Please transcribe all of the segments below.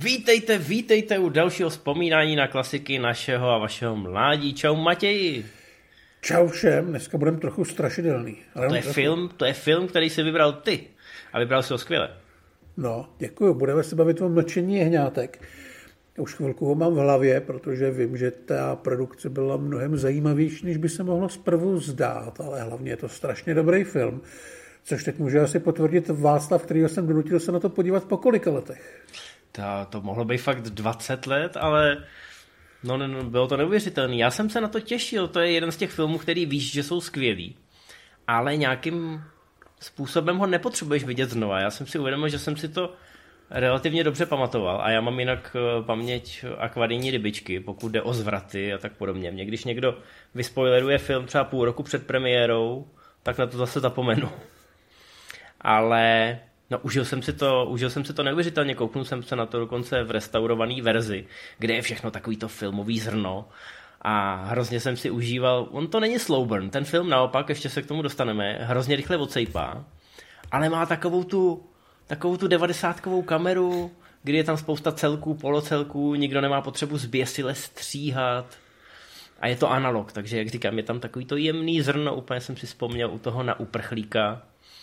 Vítejte u dalšího vzpomínání na klasiky našeho a vašeho mládí. Čau Matěji. Čau všem, dneska budeme trochu strašidelný. To je film, který jsi vybral ty. A vybral jsi ho skvěle. No, děkuju. Budeme se bavit o Mlčení jehňátek. Už chvilku ho mám v hlavě, protože vím, že ta produkce byla mnohem zajímavější, než by se mohlo zprvu zdát, ale hlavně je to strašně dobrý film. Což teď může asi potvrdit Václav, kterýho jsem donutil se na to podívat po kolika letech. To mohlo být fakt 20 let, ale no, bylo to neuvěřitelné. Já jsem se na to těšil, to je jeden z těch filmů, který víš, že jsou skvělý, ale nějakým způsobem ho nepotřebuješ vidět znova. Já jsem si uvědomil, že jsem si to relativně dobře pamatoval a já mám jinak paměť akvarijní rybičky, pokud jde o zvraty a tak podobně. Mě když někdo vyspoileruje film třeba půl roku před premiérou, tak na to zase zapomenu. Ale užil jsem si to neuvěřitelně, kouknul jsem se na to dokonce v restaurované verzi, kde je všechno takovýto filmový zrno a hrozně jsem si užíval, on to není slow burn, ten film naopak, ještě se k tomu dostaneme, hrozně rychle odsejpá, ale má takovou tu 90kovou kameru, kdy je tam spousta celků, polocelků, nikdo nemá potřebu zběsile stříhat a je to analog, takže jak říkám, je tam takový to jemný zrno, úplně jsem si vzpomněl u toho Na uprchlíka.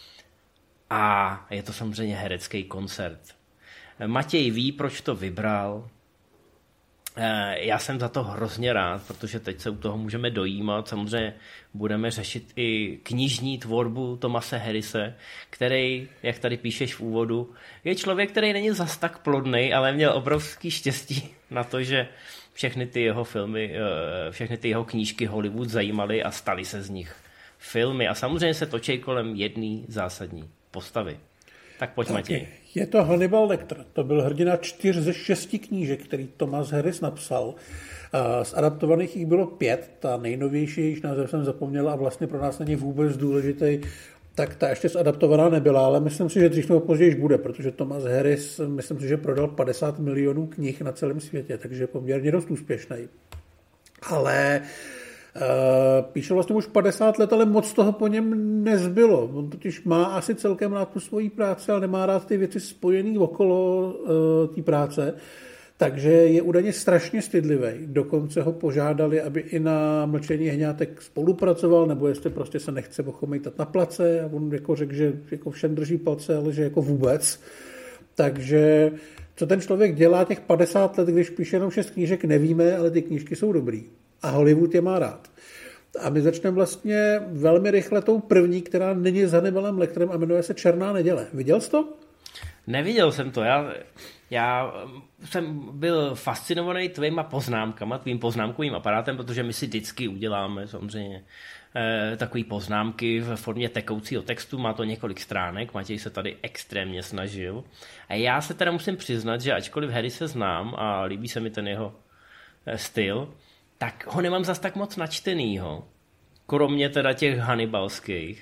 A je to samozřejmě herecký koncert. Matěj ví, proč to vybral. Já jsem za to hrozně rád, protože teď se u toho můžeme dojímat. Samozřejmě budeme řešit i knižní tvorbu Thomase Harrise, který, jak tady píšeš v úvodu, je člověk, který není zas tak plodnej, ale měl obrovský štěstí na to, že všechny ty jeho filmy, všechny ty jeho knížky Hollywood zajímaly a staly se z nich filmy. A samozřejmě se točí kolem jedné zásadní postavy. Tak pojď, Matěj. Je to Hannibal Lecter. To byl hrdina 4 ze 6 knížek, který Thomas Harris napsal. Z adaptovaných jich bylo 5. Ta nejnovější, jejíž název jsem zapomněl a vlastně pro nás není vůbec důležitý, tak ta ještě zadaptovaná nebyla, ale myslím si, že dřív nebo později bude, protože Thomas Harris, myslím si, že prodal 50 milionů knih na celém světě, takže je poměrně dost úspěšný. Ale píše vlastně už 50 let, ale moc toho po něm nezbylo. On totiž má asi celkem rád tu svoji práci, ale nemá rád ty věci spojené okolo té práce, takže je údajně strašně stydlivý. Dokonce ho požádali, aby i na Mlčení jehňátek spolupracoval, nebo jestli prostě se nechce ochomejtat na place a on jako řekl, že jako všem drží palce, ale že jako vůbec. Takže co ten člověk dělá těch 50 let, když píše jenom 6 knížek, nevíme, ale ty knížky jsou dobrý. A Hollywood je má rád. A my začneme vlastně velmi rychle tou první, která není s Hannibalem Lecterem a jmenuje se Černá neděle. Viděl jsi to? Neviděl jsem to. Já jsem byl fascinovaný tvýma poznámkama, tvým poznámkovým aparátem, protože my si vždycky uděláme samozřejmě takové poznámky v formě tekoucího textu. Má to několik stránek, Matěj se tady extrémně snažil. A já se teda musím přiznat, že ačkoliv Harry se znám a líbí se mi ten jeho styl, tak ho nemám zas tak moc načtenýho. Kromě teda těch Hannibalských.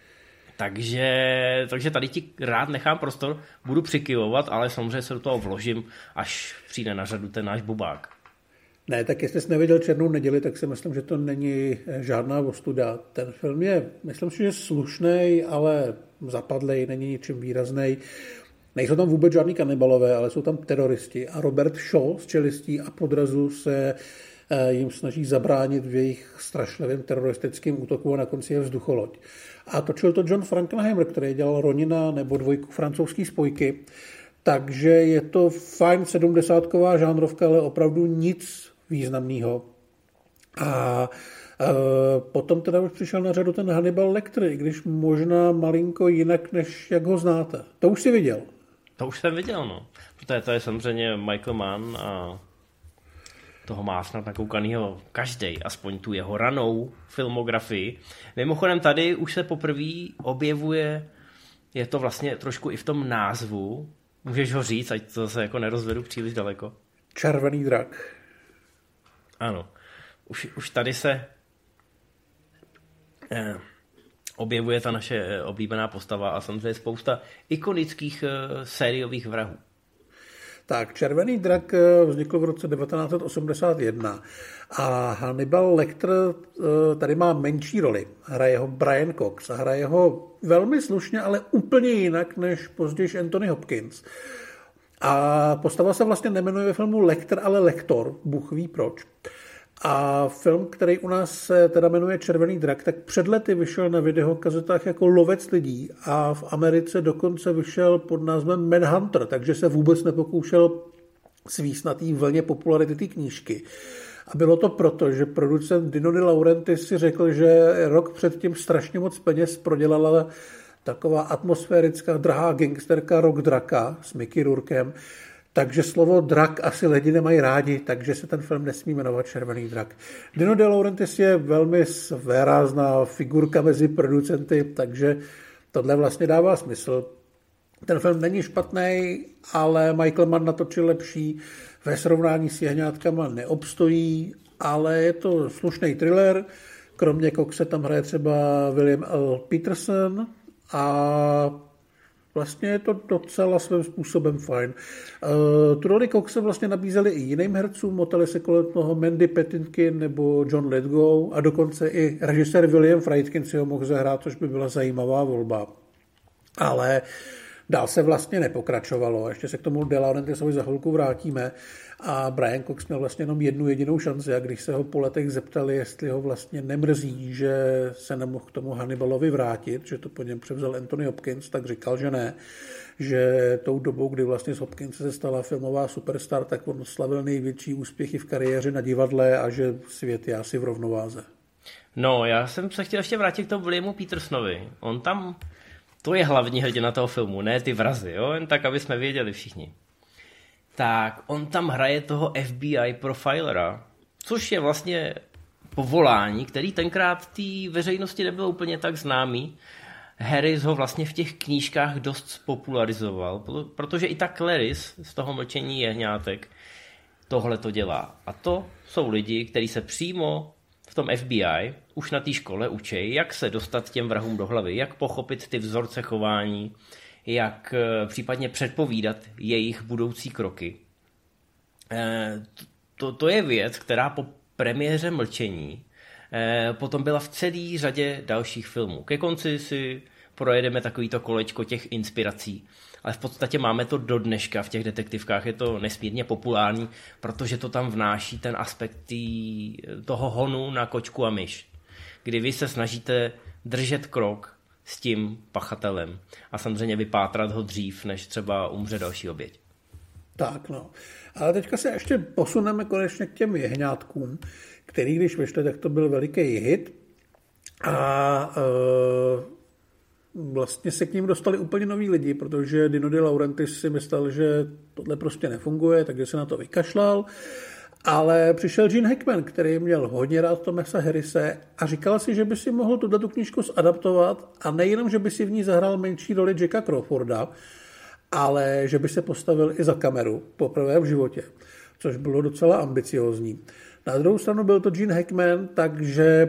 Takže tady ti rád nechám prostor, budu přikyvovat, ale samozřejmě se do toho vložím, až přijde na řadu ten náš bubák. Ne, tak jestli jsi neviděl Černou neděli, tak si myslím, že to není žádná ostuda. Ten film je, myslím si, že slušnej, ale zapadlej, není ničím výraznej. Nejsou tam vůbec žádný kanibalové, ale jsou tam teroristi. A Robert Shaw z Čelistí a Podrazu se jim snaží zabránit v jejich strašlivým teroristickým útoku a na konci je vzducholoď. A točil to John Frankenheimer, který dělal Ronina nebo 2 francouzský spojky. Takže je to fajn 70ková žánrovka, ale opravdu nic významného. A potom teda už přišel na řadu ten Hannibal Lecter, i když možná malinko jinak, než jak ho znáte. To už jsi viděl? To už jsem viděl, no. Protože to je samozřejmě Michael Mann a toho má snad nakoukanýho každej, aspoň tu jeho ranou filmografii. Mimochodem tady už se poprvé objevuje, je to vlastně trošku i v tom názvu, můžeš ho říct, ať to se jako nerozvedu příliš daleko. Červený drak. Ano, už tady se objevuje ta naše oblíbená postava a samozřejmě spousta ikonických sériových vrahů. Tak, Červený drak vznikl v roce 1981 a Hannibal Lecter tady má menší roli. Hraje ho Brian Cox a hraje ho velmi slušně, ale úplně jinak než později Anthony Hopkins. A postava se vlastně nemenuje ve filmu Lecter, ale Lektor, Bůh ví proč. A film, který u nás se teda jmenuje Červený drak, tak před lety vyšel na videokazetách jako Lovec lidí a v Americe dokonce vyšel pod názvem Manhunter, takže se vůbec nepokoušel svíst na té vlně popularity té knížky. A bylo to proto, že producent Dino De Laurentiis si řekl, že rok předtím strašně moc peněz prodělala taková atmosférická drahá gangsterka Rock Draka s Mickey Rourkem, takže slovo drak asi lidi nemají rádi, takže se ten film nesmí jmenovat Červený drak. Dino De Laurentiis je velmi svérázná figurka mezi producenty, takže tohle vlastně dává smysl. Ten film není špatný, ale Michael Mann natočil lepší, ve srovnání s Jehňátkama neobstojí, ale je to slušný thriller. Kromě Coxe tam hraje třeba William L. Peterson a vlastně je to docela svým způsobem fajn. Tu roli Coxe vlastně nabízeli i jiným hercům, motali se kolem toho Mandy Patinkin nebo John Lithgow a dokonce i režisér William Friedkin si ho mohl zahrát, což by byla zajímavá volba. Ale dál se vlastně nepokračovalo. Ještě se k tomu De Laurentiisovi za chvilku vrátíme. A Brian Cox měl vlastně jenom jednu jedinou šanci a když se ho po letech zeptali, jestli ho vlastně nemrzí, že se nemohl k tomu Hannibalovi vrátit, že to po něm převzal Anthony Hopkins, tak říkal, že ne. Že tou dobou, kdy vlastně z Hopkins se stala filmová superstar, tak on slavil největší úspěchy v kariéře na divadle a že svět je asi v rovnováze. No, já jsem se chtěl ještě vrátit k tomu Williamu Petersonovi. On tam, to je hlavní hrdina toho filmu, ne ty vrazy, jo? Jen tak, aby jsme věděli všichni. Tak on tam hraje toho FBI profilera, což je vlastně povolání, který tenkrát té veřejnosti nebylo úplně tak známý. Harris ho vlastně v těch knížkách dost spopularizoval, protože i ta Clarice z toho Mlčení jehňátek tohle to dělá. A to jsou lidi, kteří se přímo v tom FBI už na té škole učí, jak se dostat těm vrahům do hlavy, jak pochopit ty vzorce chování, jak případně předpovídat jejich budoucí kroky. To je věc, která po premiéře Mlčení potom byla v celé řadě dalších filmů. Ke konci si projedeme takovýto kolečko těch inspirací, ale v podstatě máme to do dneška v těch detektivkách, je to nesmírně populární, protože to tam vnáší ten aspekt toho honu na kočku a myš, kdy vy se snažíte držet krok s tím pachatelem a samozřejmě vypátrat ho dřív, než třeba umře další oběť. Tak no, ale teďka se ještě posuneme konečně k těm jehňátkům, který když vyšli, tak to byl veliký hit a vlastně se k ním dostali úplně noví lidi, protože Dino De Laurentiis si myslel, že tohle prostě nefunguje, takže se na to vykašlal. Ale přišel Gene Hackman, který měl hodně rád Thomase Harrise a říkal si, že by si mohl tu knížku zadaptovat a nejenom, že by si v ní zahrál menší roli Jacka Crawforda, ale že by se postavil i za kameru poprvé v životě, což bylo docela ambiciózní. Na druhou stranu byl to Gene Hackman, takže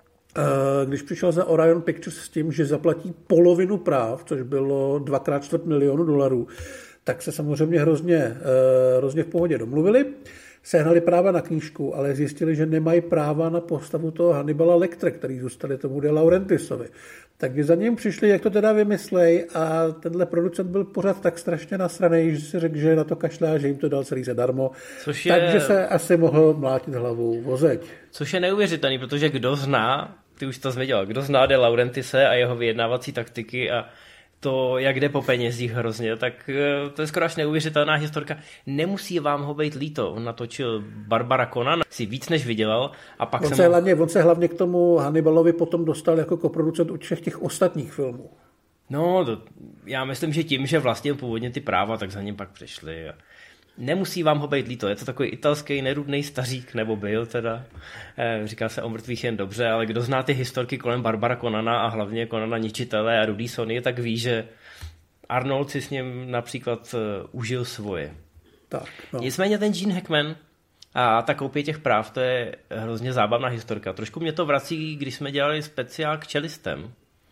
když přišel za Orion Pictures s tím, že zaplatí polovinu práv, což bylo 2x4 milionu dolarů, tak se samozřejmě hrozně v pohodě domluvili. Sehnali práva na knížku, ale zjistili, že nemají práva na postavu toho Hannibala Lectera, který zůstali tomu De Laurentiisovi. Takže za ním přišli, jak to teda vymyslej a tenhle producent byl pořád tak strašně nasranej, že si řekl, že na to kašlá, že jim to dal celý zadarmo. Takže se asi mohl mlátit hlavou o zeď. Což je neuvěřitelný, protože kdo zná, ty už to zvěděl, kdo zná De Laurentiise a jeho vyjednávací taktiky a to, jak jde po penězích hrozně, tak to je skoro až neuvěřitelná historka. Nemusí vám ho být líto. On natočil Barbara Conan, si víc než vydělal a pak on se hlavně k tomu Hannibalovi potom dostal jako koproducent u všech těch ostatních filmů. No, já myslím, že tím, že vlastně původně ty práva, tak za ním pak přišli. Nemusí vám ho být líto, je to takový italský nerudný stařík, nebo byl teda, říká se o mrtvých jen dobře, ale kdo zná ty historky kolem Barbara Conana a hlavně Conana Ničitele a Rudy Sony, tak ví, že Arnold si s ním například užil svoje. Tak, no. Nicméně ten Gene Hackman a ta koupě těch práv, to je hrozně zábavná historka. Trošku mě to vrací, když jsme dělali speciál k čelistem.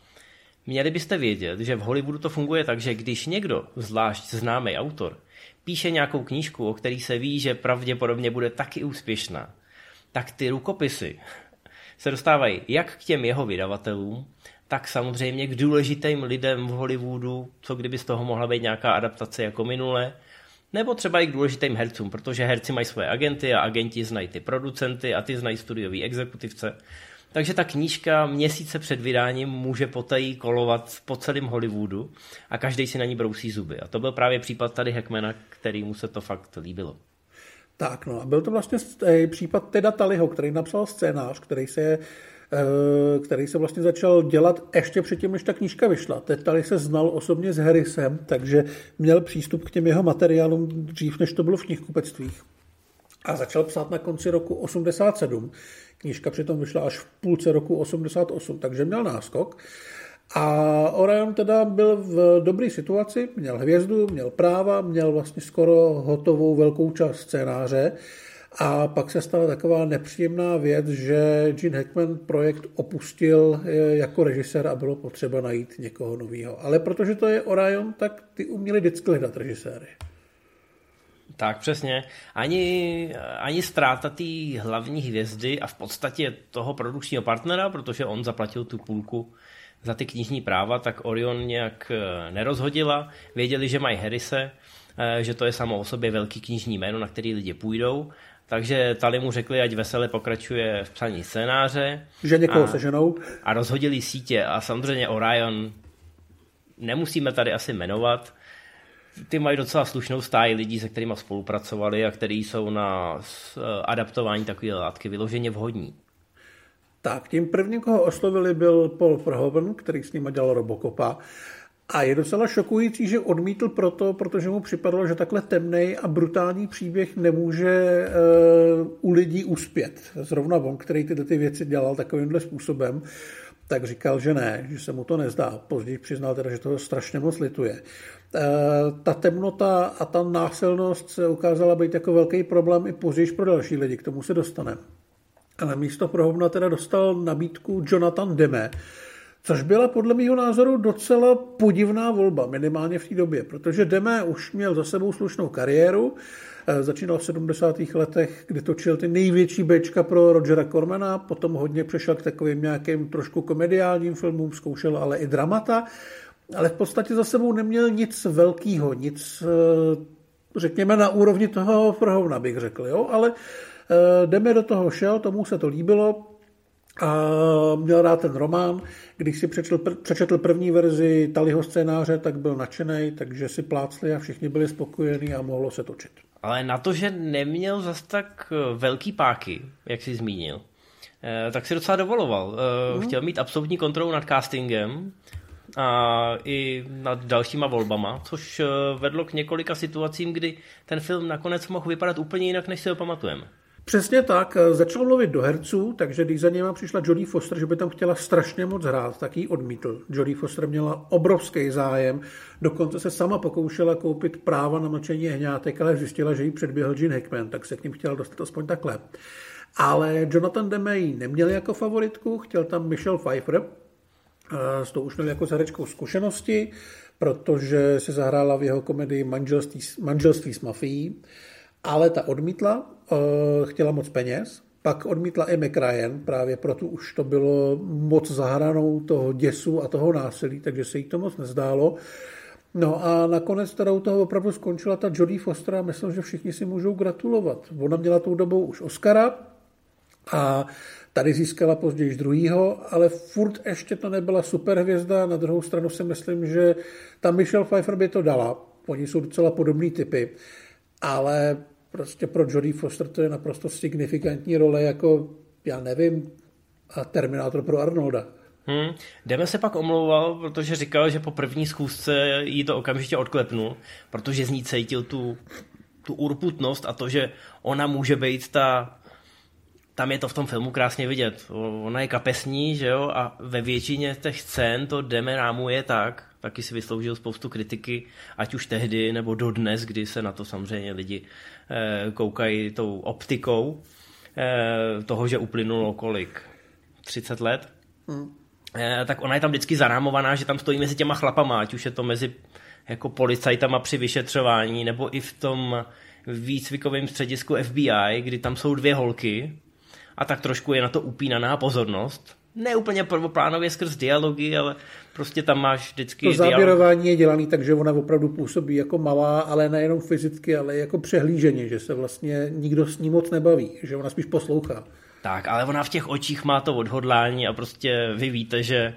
Měli byste vědět, že v Hollywoodu to funguje tak, že když někdo, zvlášť známý autor, píše nějakou knížku, o který se ví, že pravděpodobně bude taky úspěšná, tak ty rukopisy se dostávají jak k těm jeho vydavatelům, tak samozřejmě k důležitým lidem v Hollywoodu, co kdyby z toho mohla být nějaká adaptace jako minule, Nebo třeba i k důležitým hercům, protože herci mají svoje agenty a agenti znají ty producenty a ty znají studiový exekutivce. Takže ta knížka měsíce před vydáním může potají kolovat po celém Hollywoodu a každý si na ní brousí zuby. A to byl právě případ tady Hackmana, kterýmu se to fakt líbilo. Tak no a byl to vlastně případ Teda Tullyho, který napsal scénář, který se vlastně začal dělat ještě předtím, než ta knížka vyšla. Ted Tully se znal osobně s Harrisem, takže měl přístup k těm jeho materiálům dřív, než to bylo v knihkupectvích. A začal psát na konci roku 87. Knížka přitom vyšla až v půlce roku 88, takže měl náskok. A Orion teda byl v dobré situaci, měl hvězdu, měl práva, měl vlastně skoro hotovou velkou část scénáře. A pak se stala taková nepříjemná věc, že Gene Hackman projekt opustil jako režisér a bylo potřeba najít někoho nového. Ale protože to je Orion, tak ty uměli vždycky hledat režiséry. Tak přesně. Ani ztráta té hlavní hvězdy a v podstatě toho produkčního partnera, protože on zaplatil tu půlku za ty knižní práva, tak Orion nějak nerozhodila. Věděli, že mají Harrise, že to je samo o sobě velký knižní jméno, na který lidi půjdou. Takže Tully mu řekli, ať vesele pokračuje v psaní scénáře. Že někoho seženou. A rozhodili sítě. A samozřejmě Orion nemusíme tady asi jmenovat. Ty mají docela slušnou stáji lidí, se kterými spolupracovali a kteří jsou na adaptování takové látky vyloženě vhodní. Tak, tím prvním, koho oslovili, byl Paul Verhoeven, který s nimi dělal Robocopa. A je docela šokující, že odmítl protože mu připadalo, že takhle temnej a brutální příběh nemůže u lidí uspět. Zrovna on, který tyhle ty věci dělal takovýmhle způsobem, tak říkal, že ne, že se mu to nezdá. Později přiznal teda, že toho strašně moc lituje. Ta temnota a ta násilnost se ukázala být jako velký problém i později pro další lidi, k tomu se dostaneme. Ale místo Verhoevena teda dostal nabídku Jonathan Demme, což byla podle mého názoru docela podivná volba, minimálně v té době, protože Demme už měl za sebou slušnou kariéru, začínal v 70. letech, kdy točil ty největší béčka pro Rogera Cormana, potom hodně přešel k takovým nějakým trošku komediálním filmům, zkoušel ale i dramata, ale v podstatě za sebou neměl nic velkýho, nic, řekněme, na úrovni toho Verhoevena, bych řekl, jo, ale Demme do toho šel, tomu se to líbilo, a měl rád ten román. Když si přečetl první verzi Tullyho scénáře, tak byl nadšenej, takže si plácli a všichni byli spokojení a mohlo se točit. Ale na to, že neměl zas tak velký páky, jak jsi zmínil, tak si docela dovoloval. Chtěl mít absolutní kontrolu nad castingem a i nad dalšíma volbama, což vedlo k několika situacím, kdy ten film nakonec mohl vypadat úplně jinak, než si ho pamatujeme. Přesně tak, začal mluvit do herců, takže když za něma přišla Jodie Foster, že by tam chtěla strašně moc hrát, tak ji odmítl. Jodie Foster měla obrovský zájem, dokonce se sama pokoušela koupit práva na mlčení jehňátek, ale zjistila, že jí předběhl Gene Hackman, tak se k ním chtěla dostat aspoň takhle. Ale Jonathan Demme ji neměl jako favoritku, chtěl tam Michelle Pfeiffer, s tou už měl jako s herečkou zkušenosti, protože se zahrála v jeho komedii Manželství s mafií, ale ta odmítla, chtěla moc peněz, pak odmítla i McRyan, právě proto už to bylo moc zahranou toho děsu a toho násilí, takže se jí to moc nezdálo. No a nakonec teda u toho opravdu skončila ta Jodie Foster a myslím, že všichni si můžou gratulovat. Ona měla tou dobou už Oscara a tady získala později druhýho, ale furt ještě to nebyla superhvězda. Na druhou stranu si myslím, že ta Michelle Pfeiffer by to dala. Oni jsou docela podobný typy, ale prostě pro Jodie Foster to je naprosto signifikantní role jako, já nevím, a Terminátor pro Arnolda. Demme se pak omlouval, protože říkal, že po první schůzce jí to okamžitě odklepnul, protože z ní cítil tu urputnost a to, že ona může být tam je to v tom filmu krásně vidět. Ona je kapesní, že jo, a ve většině těch scén to Demme rámuje tak, taky si vysloužil spoustu kritiky, ať už tehdy nebo dodnes, kdy se na to samozřejmě lidi koukají tou optikou toho, že uplynulo kolik? 30 let? Tak ona je tam vždycky zarámovaná, že tam stojí mezi těma chlapama, ať už je to mezi jako policajtama při vyšetřování, nebo i v tom výcvikovém středisku FBI, kdy tam jsou dvě holky a tak trošku je na to upínaná pozornost, ne úplně prvoplánově skrz dialogy, ale prostě tam máš vždycky to záběrování je dělaný tak, že ona opravdu působí jako malá, ale nejenom fyzicky, ale jako přehlíženě, že se vlastně nikdo s ní moc nebaví, že ona spíš poslouchá. Tak, ale ona v těch očích má to odhodlání a prostě vy víte, že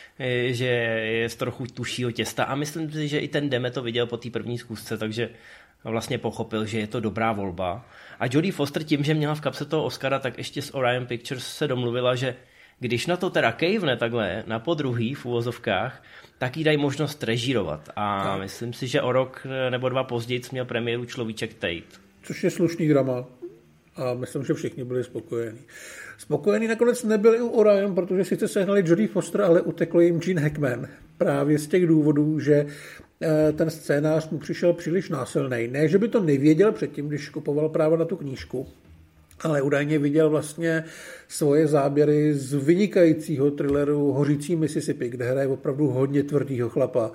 je z trochu tušího těsta a myslím si, že i ten Deme to viděl po té první zkusce, takže vlastně pochopil, že je to dobrá volba. A Jodie Foster tím, že měla v kapse toho Oscara, tak ještě s Orion Pictures se domluvila, že když na to teda kejvne takhle na podruhý v uvozovkách, tak jí dají možnost režírovat. A myslím si, že o rok nebo 2 později měl premiéru Človíček Tate. Což je slušný drama. A myslím, že všichni byli spokojení. Spokojený nakonec nebyli u Orion, protože sice sehnali Jodie Foster, ale utekl jim Gene Hackman. Právě z těch důvodů, že ten scénář mu přišel příliš násilný. Ne, že by to nevěděl předtím, když kupoval práva na tu knížku, ale údajně viděl vlastně svoje záběry z vynikajícího thrilleru Hořící Mississippi, kde hraje opravdu hodně tvrdýho chlapa.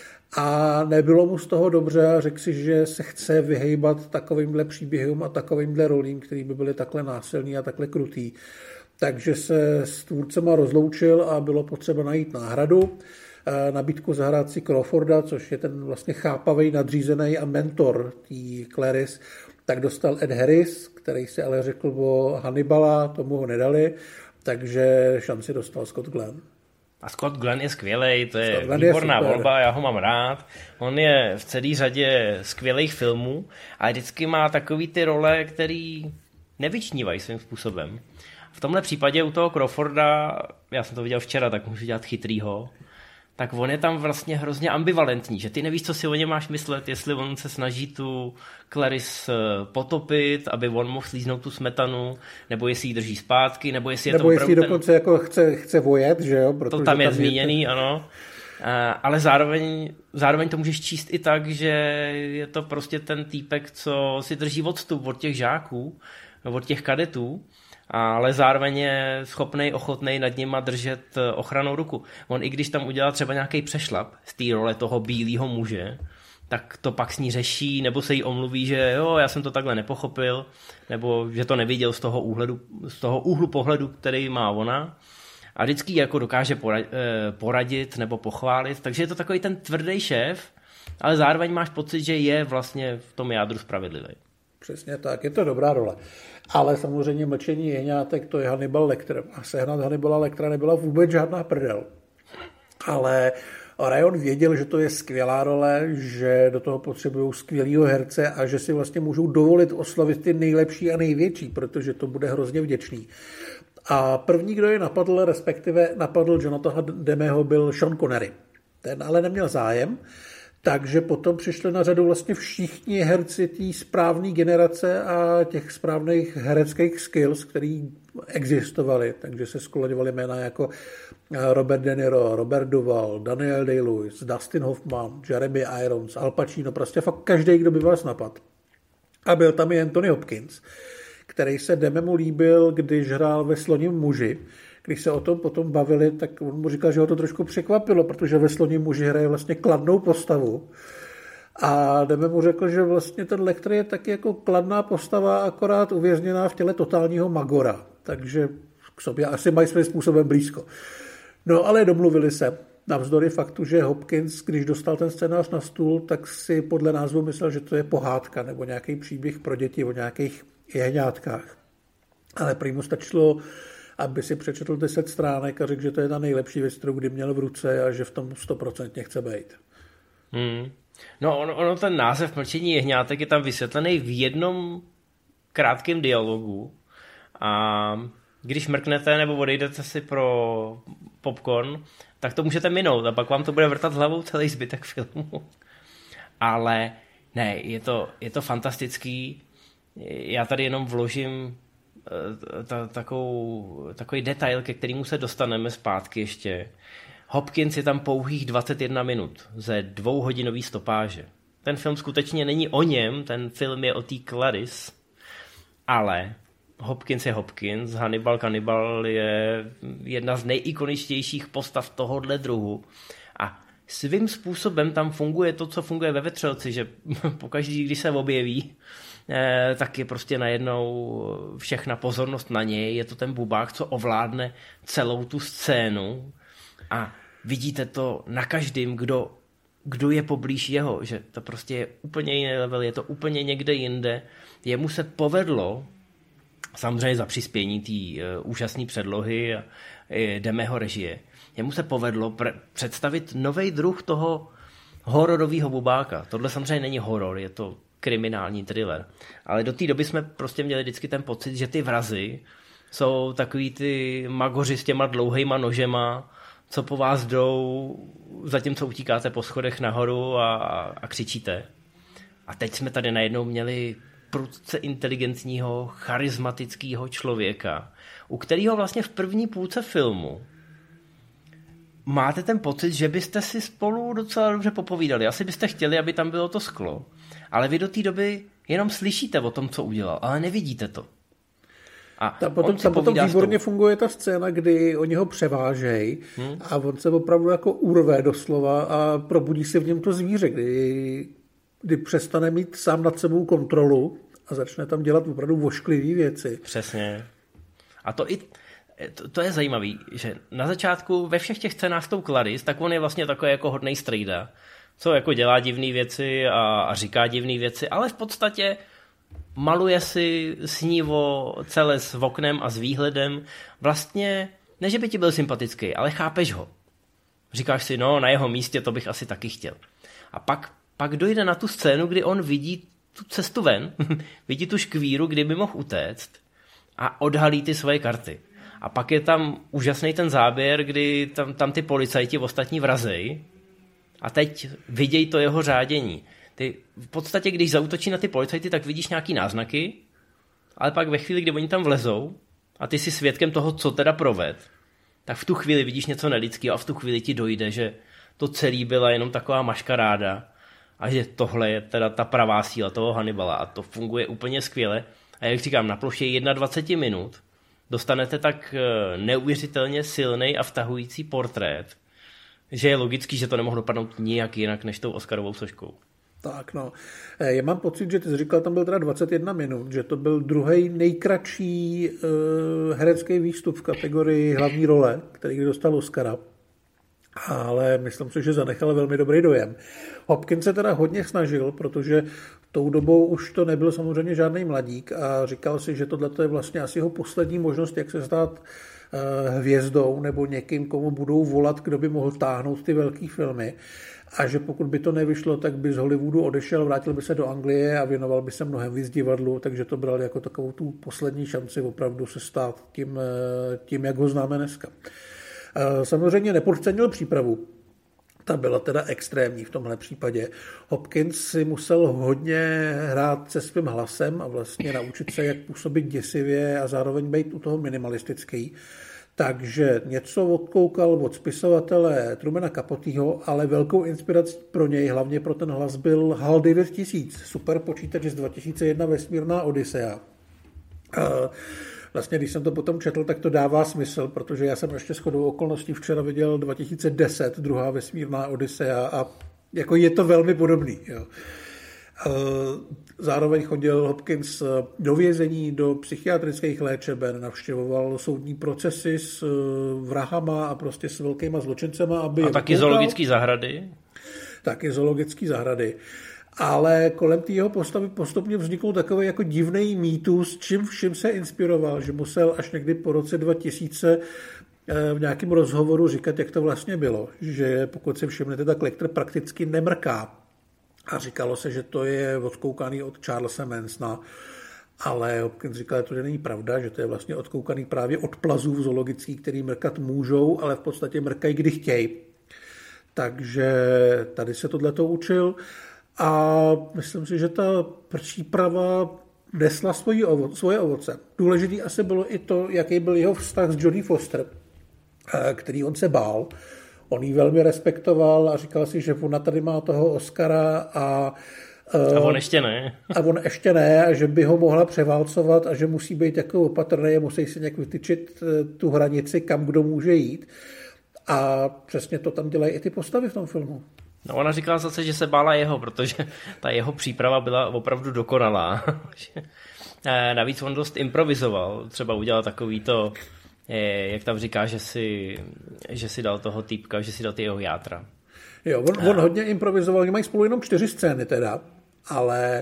A nebylo mu z toho dobře a řekl si, že se chce vyhejbat takovýmhle příběhům a takovýmhle rolím, který by byly takhle násilný a takhle krutý. Takže se s tvůrcema rozloučil a bylo potřeba najít náhradu. Nabídku zahrát si Crawforda, což je ten vlastně chápavý, nadřízený a mentor tý Clarice, tak dostal Ed Harris, který si ale řekl o Hannibala, tomu ho nedali, takže šanci dostal Scott Glenn. A Scott Glenn je skvělej, to je výborná volba, já ho mám rád. On je v celé řadě skvělých filmů a vždycky má takový ty role, který nevyčnívají svým způsobem. V tomhle případě u toho Crawforda, já jsem to viděl včera, tak můžu dělat chytrýho, tak on je tam vlastně hrozně ambivalentní, že ty nevíš, co si o něm máš myslet, jestli on se snaží tu Clarice potopit, aby on mohl slíznout tu smetanu, nebo jestli ji drží zpátky, nebo jestli je to opravdu jestli dokonce jako chce vojet, že jo? To tam je zmíněný, ano. Ale zároveň to můžeš číst i tak, že je to prostě ten týpek, co si drží odstup od těch žáků, od těch kadetů, ale zároveň je schopnej, ochotnej nad nima držet ochranou ruku. On i když tam udělá třeba nějaký přešlap z té role toho bílého muže, tak to pak s ní řeší, nebo se jí omluví, že jo, já jsem to takhle nepochopil, nebo že to neviděl z toho úhlu pohledu, který má ona. A vždycky jako dokáže poradit nebo pochválit, takže je to takový ten tvrdý šéf, ale zároveň máš pocit, že je vlastně v tom jádru spravedlivý. Přesně tak, je to dobrá role. Ale samozřejmě Mlčení jehňátek, to je Hannibal Lecter. A sehnat Hannibala Lectera nebyla vůbec žádná prdel. Ale Orion věděl, že to je skvělá role, že do toho potřebují skvělýho herce a že si vlastně můžou dovolit oslavit ty nejlepší a největší, protože to bude hrozně vděčný. A první, kdo je napadl, respektive napadl Jonathana Demeho, byl Sean Connery. Ten ale neměl zájem, takže potom přišli na řadu vlastně všichni herci té správné generace a těch správných hereckých skills, který existovaly. Takže se skloňovaly jména jako Robert De Niro, Robert Duvall, Daniel Day-Lewis, Dustin Hoffman, Jeremy Irons, Al Pacino, prostě fakt každý, kdo by vás napad. A byl tam i Anthony Hopkins, který se Dememu líbil, když hrál ve Sloním muži. Když se o tom potom bavili, tak on mu říkal, že ho to trošku překvapilo, protože ve Sloním muži hraje vlastně kladnou postavu. A Deme mu řekl, že vlastně ten Lecter je taky jako kladná postava, akorát uvězněná v těle totálního magora. Takže k sobě asi mají svým způsobem blízko. No ale domluvili se. Navzdory faktu, že Hopkins, když dostal ten scénář na stůl, tak si podle názvu myslel, že to je pohádka nebo nějaký příběh pro děti o nějakých jehňátkách. Ale prý mu stačilo, aby si přečetl 10 stránek a řekl, že to je ta nejlepší věc, kterou kdy měl v ruce a že v tom 100% chce být. No ono ten název Mlčení jehňátek je tam vysvětlený v jednom krátkém dialogu a když mrknete nebo odejdete si pro popcorn, tak to můžete minout a pak vám to bude vrtat hlavou celý zbytek filmu. Ale ne, je to fantastický. Já tady jenom vložím takový detail, ke kterému se dostaneme zpátky ještě. Hopkins je tam pouhých 21 minut ze 2hodinový stopáže. Ten film skutečně není o něm, ten film je o té Clarice, ale Hopkins je Hopkins, Hannibal je jedna z nejikoničtějších postav tohohle druhu a svým způsobem tam funguje to, co funguje ve Vetřelci, že pokaždý, když se objeví, tak je prostě najednou všechna pozornost na něj, je to ten bubák, co ovládne celou tu scénu a vidíte to na každém, kdo je poblíž jeho, že to prostě je úplně jiný level, je to úplně někde jinde. Jemu se povedlo, samozřejmě za přispění té úžasné předlohy a Demeho režie, jemu se povedlo představit nový druh toho hororového bubáka. Tohle samozřejmě není horor, je to kriminální thriller. Ale do té doby jsme prostě měli vždycky ten pocit, že ty vrazy jsou takový ty magoři s těma dlouhejma nožema, co po vás jdou, zatímco utíkáte po schodech nahoru a křičíte. A teď jsme tady najednou měli prudce inteligentního, charismatického člověka, u kterého vlastně v první půlce filmu máte ten pocit, že byste si spolu docela dobře popovídali. Asi byste chtěli, aby tam bylo to sklo. Ale vy do té doby jenom slyšíte o tom, co udělal, ale nevidíte to. A tam potom výborně funguje ta scéna, kdy oni ho převážejí a on se opravdu jako urve doslova a probudí se v něm to zvíře, kdy přestane mít sám nad sebou kontrolu a začne tam dělat opravdu vošklivý věci. Přesně. A to je zajímavý, že na začátku ve všech těch scénách s tou Clarice, tak on je vlastně takový jako hodnej strejda, co jako dělá divné věci a říká divné věci, ale v podstatě maluje si snívo celé s oknem a s výhledem. Vlastně, ne, že by ti byl sympatický, ale chápeš ho. Říkáš si, no, na jeho místě to bych asi taky chtěl. A pak dojde na tu scénu, kdy on vidí tu cestu ven, vidí tu škvíru, kdy by mohl utéct a odhalí ty svoje karty. A pak je tam úžasný ten záběr, kdy tam ty policajti ostatní vrazej a teď vidějí to jeho řádění. Ty v podstatě, když zaútočí na ty policajty, tak vidíš nějaký náznaky, ale pak ve chvíli, kdy oni tam vlezou a ty jsi svědkem toho, co teda proved, tak v tu chvíli vidíš něco nelidského a v tu chvíli ti dojde, že to celý byla jenom taková maškaráda a že tohle je teda ta pravá síla toho Hannibala a to funguje úplně skvěle. A jak říkám, na ploše 21 minut dostanete tak neuvěřitelně silný a vtahující portrét, že je logický, že to nemohlo dopadnout nijak jinak než tou Oscarovou soškou. Tak no, já mám pocit, že ty jsi říkal, tam byl teda 21 minut, že to byl druhý nejkratší herecký výstup v kategorii hlavní role, který dostal Oscara, ale myslím si, že zanechal velmi dobrý dojem. Hopkins se teda hodně snažil, protože tou dobou už to nebyl samozřejmě žádný mladík a říkal si, že tohle je vlastně asi jeho poslední možnost, jak se stát hvězdou nebo někým, komu budou volat, kdo by mohl táhnout ty velký filmy. A že pokud by to nevyšlo, tak by z Hollywoodu odešel, vrátil by se do Anglie a věnoval by se mnohem víc divadlu, takže to bral jako takovou tu poslední šanci opravdu se stát tím, jak ho známe dneska. Samozřejmě nepodcenil přípravu. Ta byla teda extrémní v tomhle případě. Hopkins si musel hodně hrát se svým hlasem a vlastně naučit se, jak působit děsivě a zároveň být u toho minimalistický. Takže něco odkoukal od spisovatele Trumana Capoteho, ale velkou inspirací pro něj, hlavně pro ten hlas, byl HAL 9000, super počítač z 2001 Vesmírná Odysea. Vlastně, když jsem to potom četl, tak to dává smysl, protože já jsem ještě shodou okolností včera viděl 2010, druhá Vesmírná Odysea a jako je to velmi podobný. Jo. Zároveň chodil Hopkins do vězení, do psychiatrických léčeben, navštěvoval soudní procesy s vrahama a prostě s velkýma zločincema. A taky zoologické zahrady? Taky zoologické zahrady. Ale kolem té jeho postavy postupně vznikl takový jako divný mýtus, čím vším se inspiroval, že musel až někdy po roce 2000 v nějakém rozhovoru říkat, jak to vlastně bylo. Že pokud si všimnete, tak Lecter prakticky nemrká. A říkalo se, že to je odkoukaný od Charlesa Mansona, ale Hopkins říkal, že to není pravda, že to je vlastně odkoukaný právě od plazů zoologických, který mrkat můžou, ale v podstatě mrkají, kdy chtějí. Takže tady se tohleto učil a myslím si, že ta příprava nesla svoje ovoce. Důležitý asi bylo i to, jaký byl jeho vztah s Jodie Foster, který on se bál. On ji velmi respektoval a říkal si, že ona tady má toho Oscara a on ještě ne. A on ještě ne, a že by ho mohla převálcovat a že musí být jako opatrný a musí si nějak vytyčit tu hranici, kam kdo může jít. A přesně to tam dělají i ty postavy v tom filmu. No ona říkala zase, že se bála jeho, protože ta jeho příprava byla opravdu dokonalá. Navíc on dost improvizoval, třeba udělal takový to, jak tam říká, že si dal toho týpka, že si dal ty jeho játra. Jo, on hodně improvizoval, oni mají spolu jenom 4 scény teda, ale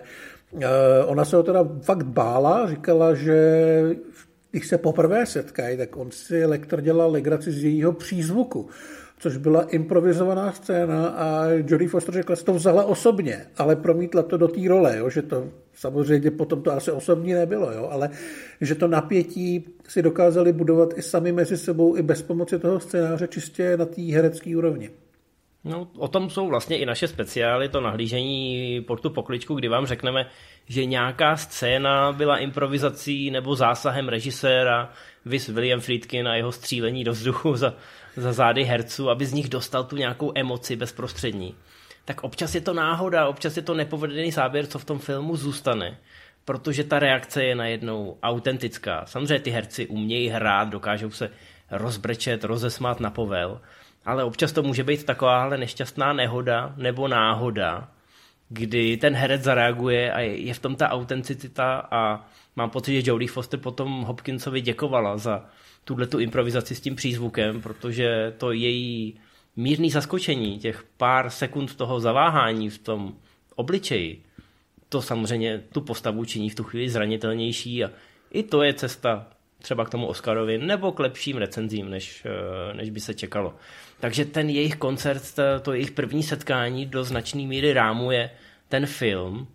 ona se ho teda fakt bála, říkala, že když se poprvé setkají, tak on si lektor dělal legraci z jejího přízvuku, což byla improvizovaná scéna a Jodie Foster řekla, že to vzala osobně, ale promítla to do té role, jo, že to samozřejmě potom to asi osobní nebylo, jo, ale že to napětí si dokázali budovat i sami mezi sebou i bez pomoci toho scénáře čistě na té herecké úrovni. No, o tom jsou vlastně i naše speciály, to nahlížení Portu pokličku, kdy vám řekneme, že nějaká scéna byla improvizací nebo zásahem režiséra, viz William Friedkin a jeho střílení do vzduchu za zády herců, aby z nich dostal tu nějakou emoci bezprostřední. Tak občas je to náhoda, občas je to nepovedený záběr, co v tom filmu zůstane, protože ta reakce je najednou autentická. Samozřejmě ty herci umějí hrát, dokážou se rozbrečet, rozesmát na povel, ale občas to může být takováhle nešťastná nehoda nebo náhoda, kdy ten herec zareaguje a je v tom ta autenticita a mám pocit, že Jodie Foster potom Hopkinsovi děkovala za tuhletu improvizaci s tím přízvukem, protože to její mírný zaskočení, těch pár sekund toho zaváhání v tom obličeji, to samozřejmě tu postavu činí v tu chvíli zranitelnější a i to je cesta třeba k tomu Oscarovi nebo k lepším recenzím, než by se čekalo. Takže ten jejich koncert, to jejich první setkání do značné míry rámuje ten film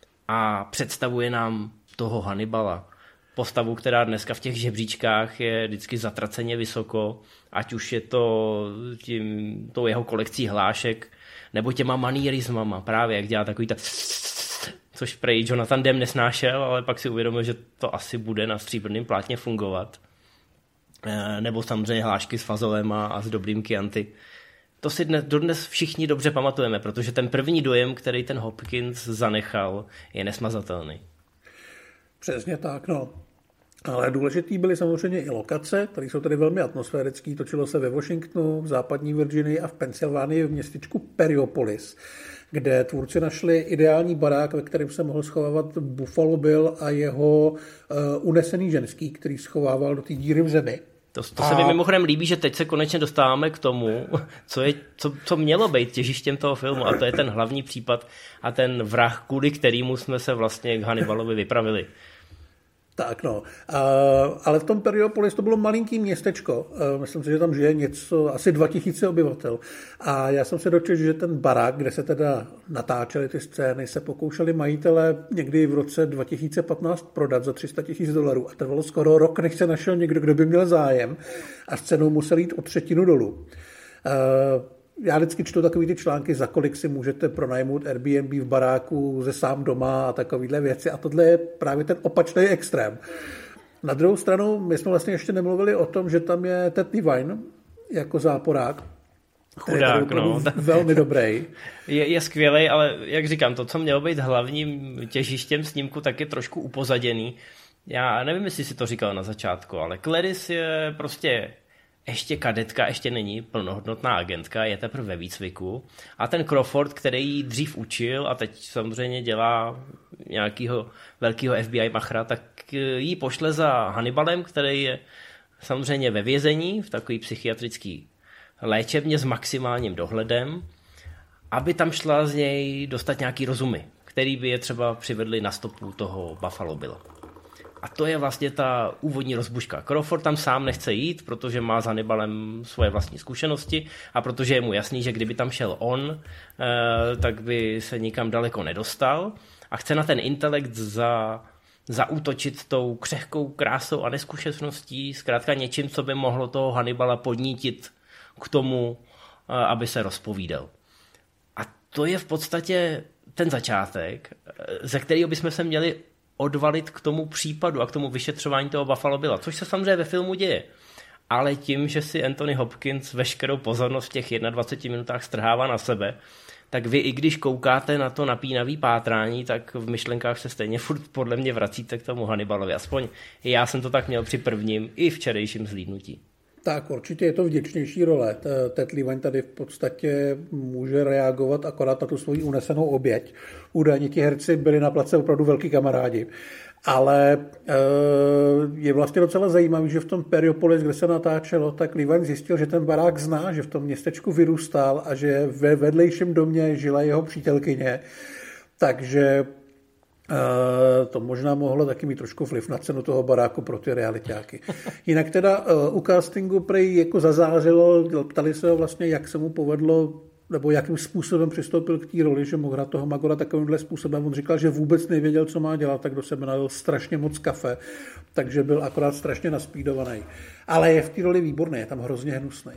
a představuje nám toho Hannibala. Postavu, která dneska v těch žebříčkách je vždycky zatraceně vysoko, ať už je to tou jeho kolekcí hlášek, nebo těma manierismama, právě jak dělá takový tak, což prej Jonathan Demme nesnášel, ale pak si uvědomil, že to asi bude na stříbrném plátně fungovat. Nebo samozřejmě hlášky s fazolem a s dobrým Chianti. To si dodnes všichni dobře pamatujeme, protože ten první dojem, který ten Hopkins zanechal, je nesmazatelný. Přesně tak, no. Ale důležitý byly samozřejmě i lokace, které jsou tady velmi atmosférické. Točilo se ve Washingtonu, v západní Virginii a v Pensylvánii v městečku Periopolis, kde tvůrci našli ideální barák, ve kterém se mohl schovávat Buffalo Bill a jeho unesený ženský, který schovával do té díry v zemi. To se mi mimochodem líbí, že teď se konečně dostáváme k tomu, co mělo být těžištěm toho filmu, a to je ten hlavní případ a ten vrah, kvůli kterému jsme se vlastně k Hannibalovi vypravili. Tak no, ale v tom Periopolis to bylo malinký městečko, myslím si, že tam žije něco, asi 2000 obyvatel. A já jsem se dočetl, že ten barák, kde se teda natáčely ty scény, se pokoušeli majitele někdy v roce 2015 prodat za $300,000 a trvalo skoro rok, než se našel někdo, kdo by měl zájem a s cenou musel jít o 1/3 dolů. Já vždycky čtu takový ty články, za kolik si můžete pronajmout Airbnb v baráku ze sám doma a takovýhle věci. A tohle je právě ten opačný extrém. Na druhou stranu, my jsme vlastně ještě nemluvili o tom, že tam je Ted Levine jako záporák. Chudák, no. Velmi dobrý. Je skvělej, ale jak říkám, to, co mělo být hlavním těžištěm snímku, tak je trošku upozaděný. Já nevím, jestli si to říkal na začátku, ale Clarice je prostě ještě kadetka, ještě není plnohodnotná agentka, je teprve ve výcviku. A ten Crawford, který ji dřív učil a teď samozřejmě dělá nějakého velkého FBI machra, tak ji pošle za Hannibalem, který je samozřejmě ve vězení, v takový psychiatrický léčebně s maximálním dohledem, aby tam šla z něj dostat nějaký rozumy, který by je třeba přivedli na stopu toho Buffalo Billa. A to je vlastně ta úvodní rozbuška. Crawford tam sám nechce jít, protože má s Hannibalem svoje vlastní zkušenosti a protože je mu jasný, že kdyby tam šel on, tak by se nikam daleko nedostal a chce na ten intelekt zaútočit tou křehkou krásou a neskušeností, zkrátka něčím, co by mohlo toho Hannibala podnítit k tomu, aby se rozpovídal. A to je v podstatě ten začátek, ze kterého bychom se měli odvalit k tomu případu a k tomu vyšetřování toho Buffalo Billa, což se samozřejmě ve filmu děje. Ale tím, že si Anthony Hopkins veškerou pozornost v těch 21 minutách strhává na sebe, tak vy, i když koukáte na to napínavý pátrání, tak v myšlenkách se stejně furt podle mě vracíte k tomu Hannibalovi. Aspoň já jsem to tak měl při prvním i včerejším zhlídnutí. Tak určitě je to vděčnější role. Ted Levine tady v podstatě může reagovat akorát na tu svoji unesenou oběť. Údajně ti herci byli na place opravdu velký kamarádi. Ale je vlastně docela zajímavý, že v tom Periopolis, kde se natáčelo, tak Levine zjistil, že ten barák zná, že v tom městečku vyrůstal a že ve vedlejším domě žila jeho přítelkyně. Takže to možná mohlo taky mít trošku vliv na cenu toho baráku pro ty realitáky. Jinak teda u castingu prej jako zazářilo, ptali se ho vlastně, jak se mu povedlo, nebo jakým způsobem přistoupil k té roli, že mohl hrát toho Magora takovýmhle způsobem. On říkal, že vůbec nevěděl, co má dělat, tak do sebe nalil strašně moc kafe, takže byl akorát strašně naspídovaný. Ale je v té roli výborný, je tam hrozně hnusný.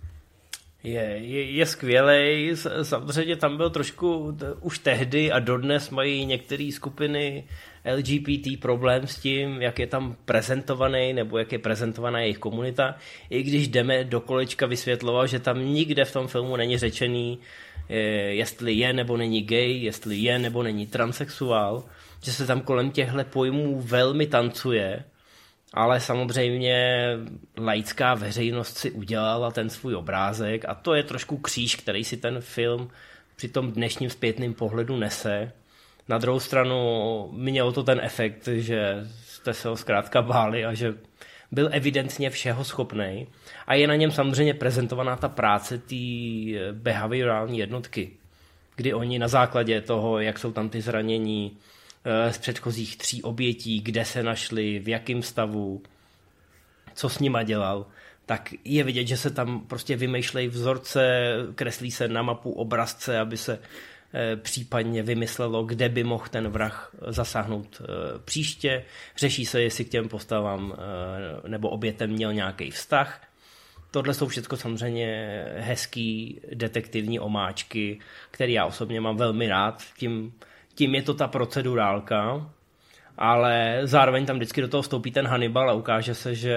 Je skvělej, samozřejmě tam byl trošku už tehdy a dodnes mají některé skupiny LGBT problém s tím, jak je tam prezentovaný nebo jak je prezentovaná jejich komunita, i když jdeme do kolečka vysvětlovat, že tam nikde v tom filmu není řečený, jestli je nebo není gay, jestli je nebo není transsexuál, že se tam kolem těchto pojmů velmi tancuje. Ale samozřejmě laická veřejnost si udělala ten svůj obrázek a to je trošku kříž, který si ten film při tom dnešním zpětném pohledu nese. Na druhou stranu mělo to ten efekt, že jste se ho zkrátka báli a že byl evidentně všeho schopnej. A je na něm samozřejmě prezentovaná ta práce té behaviorální jednotky, kdy oni na základě toho, jak jsou tam ty zranění, z předchozích 3 obětí, kde se našli, v jakém stavu, co s nima dělal, tak je vidět, že se tam prostě vymýšlejí vzorce, kreslí se na mapu obrazce, aby se případně vymyslelo, kde by mohl ten vrah zasáhnout příště. Řeší se, jestli k těm postavám nebo obětem měl nějaký vztah. Tohle jsou všechno samozřejmě hezký detektivní omáčky, které já osobně mám velmi rád. Tím je to ta procedurálka, ale zároveň tam vždycky do toho vstoupí ten Hannibal a ukáže se, že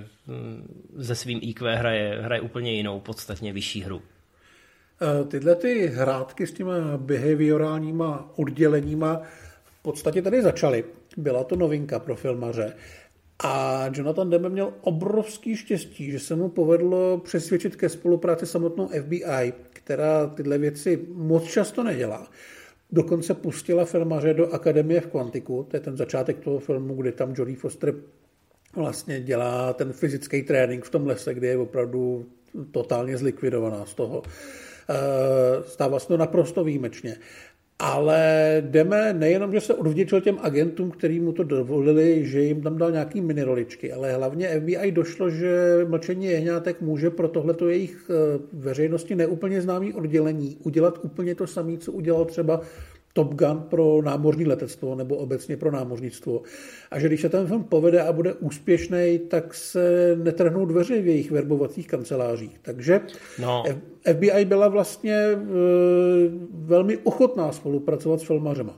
ze svým IQ hraje úplně jinou, podstatně vyšší hru. Tyhle ty hrátky s těma behaviorálníma odděleníma v podstatě tady začaly. Byla to novinka pro filmaře. A Jonathan Demme měl obrovský štěstí, že se mu povedlo přesvědčit ke spolupráci samotnou FBI, která tyhle věci moc často nedělá. Dokonce pustila filmaře do Akademie v Quanticu, to je ten začátek toho filmu, kdy tam Jodie Foster vlastně dělá ten fyzický trénink v tom lese, kde je opravdu totálně zlikvidovaná z toho. Stává se to naprosto výjimečně. Ale Demme nejenom, že se odvděčil těm agentům, který mu to dovolili, že jim tam dal nějaký miniroličky, ale hlavně FBI došlo, že Mlčení jehňátek může pro tohleto jejich veřejnosti neúplně známý oddělení udělat úplně to samé, co udělal třeba Top Gun pro námořní letectvo nebo obecně pro námořnictvo. A že když se ten film povede a bude úspěšný, tak se netrhnou dveře v jejich verbovacích kancelářích. Takže FBI byla vlastně velmi ochotná spolupracovat s filmařema.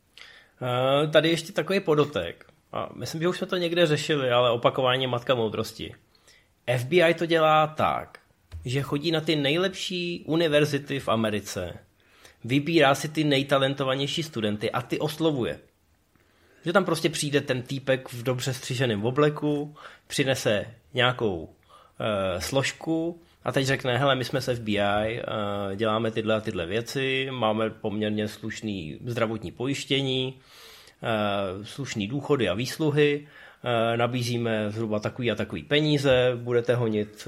Tady ještě takový podotek. A myslím, že už jsme to někde řešili, ale opakování matka moudrosti. FBI to dělá tak, že chodí na ty nejlepší univerzity v Americe, vybírá si ty nejtalentovanější studenty a ty oslovuje. Že tam prostě přijde ten týpek v dobře střiženém obleku, přinese nějakou složku a teď řekne, hele, my jsme z FBI, děláme tyhle a tyhle věci, máme poměrně slušný zdravotní pojištění, slušný důchody a výsluhy, nabízíme zhruba takový a takový peníze, budete honit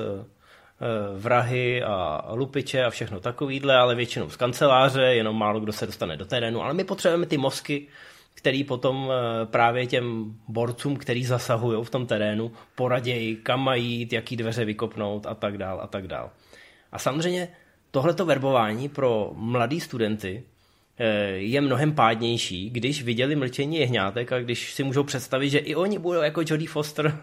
vrahy a lupiče a všechno takovýhle, ale většinou z kanceláře, jenom málo kdo se dostane do terénu, ale my potřebujeme ty mozky, který potom právě těm borcům, který zasahují v tom terénu, poradějí, kam mají jít, jaký dveře vykopnout a tak dál a tak dál. A samozřejmě tohleto verbování pro mladý studenty je mnohem pádnější, když viděli Mlčení jehňátek a když si můžou představit, že i oni budou jako Jodie Foster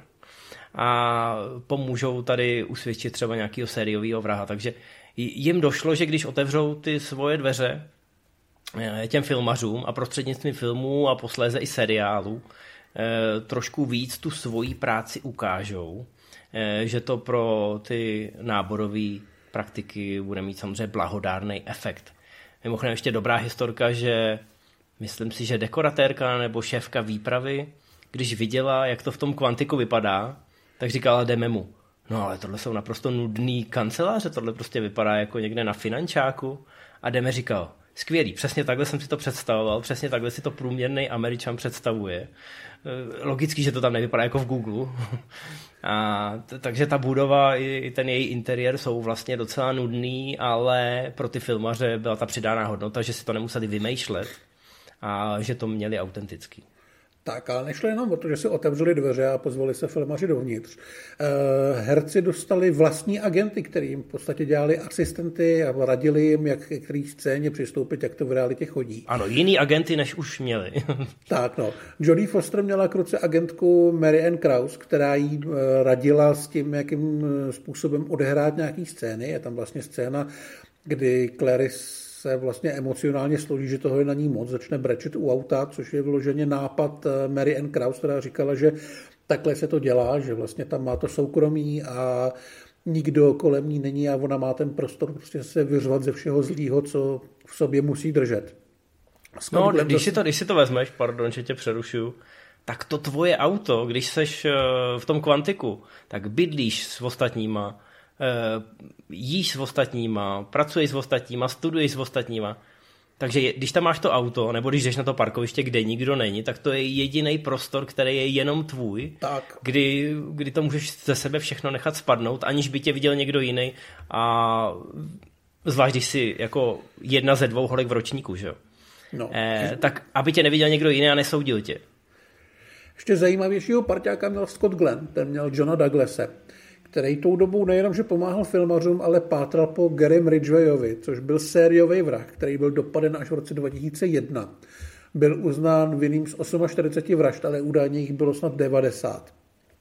a pomůžou tady usvědčit třeba nějakého sériového vraha. Takže jim došlo, že když otevřou ty svoje dveře těm filmařům a prostřednictvím filmů a posléze i seriálů trošku víc tu svoji práci ukážou, že to pro ty náborové praktiky bude mít samozřejmě blahodárný efekt. Mimochodem ještě dobrá historka, že myslím si, že dekoratérka nebo šéfka výpravy, když viděla, jak to v tom Quanticu vypadá, tak říkala Demmemu, no ale tohle jsou naprosto nudný kanceláře, tohle prostě vypadá jako někde na finančáku. A Deme říkal, skvělý, přesně takhle jsem si to představoval, přesně takhle si to průměrný Američan představuje. Logicky, že to tam nevypadá jako v Google. Takže ta budova i ten její interiér jsou vlastně docela nudný, ale pro ty filmaře byla ta přidána hodnota, že si to nemuseli vymýšlet a že to měli autentický. Tak, ale nešlo jenom o to, že si otevřeli dveře a pozvali se filmaři dovnitř. Herci dostali vlastní agenty, který jim v podstatě dělali asistenty a radili jim, jak k který scéně přistoupit, jak to v realitě chodí. Ano, jiný agenty, než už měli. Tak, no. Jodie Foster měla k ruce agentku Mary Ann Krause, která jí radila s tím, jakým způsobem odehrát nějaký scény. Je tam vlastně scéna, kdy Clarice se vlastně emocionálně složí, že toho je na ní moc, začne brečet u auta, což je vyloženě nápad Mary Ann Krause, která říkala, že takhle se to dělá, že vlastně tam má to soukromí a nikdo kolem ní není a ona má ten prostor prostě se vyřvat ze všeho zlýho, co v sobě musí držet. No, když si to vezmeš, pardon, že tě přerušuju, tak to tvoje auto, když seš v tom kvantiku, tak bydlíš s ostatníma, jíš s ostatníma, pracuješ s ostatníma, studuješ s ostatníma. Takže když tam máš to auto, nebo když jdeš na to parkoviště, kde nikdo není, tak to je jediný prostor, který je jenom tvůj, tak. Kdy to můžeš ze sebe všechno nechat spadnout, aniž by tě viděl někdo jiný. A zvlášť, když jsi jako jedna ze 2 holek v ročníku, že jo? No. Tak aby tě neviděl někdo jiný a nesoudil tě. Ještě zajímavějšího parťáka měl Scott Glenn, ten měl Johna Douglase, který tou dobou nejenom, že pomáhal filmařům, ale pátral po Garym Ridgwayovi, což byl sériový vrah, který byl dopaden až v roce 2001. Byl uznán vinným z 48 vražd, ale údajně jich bylo snad 90.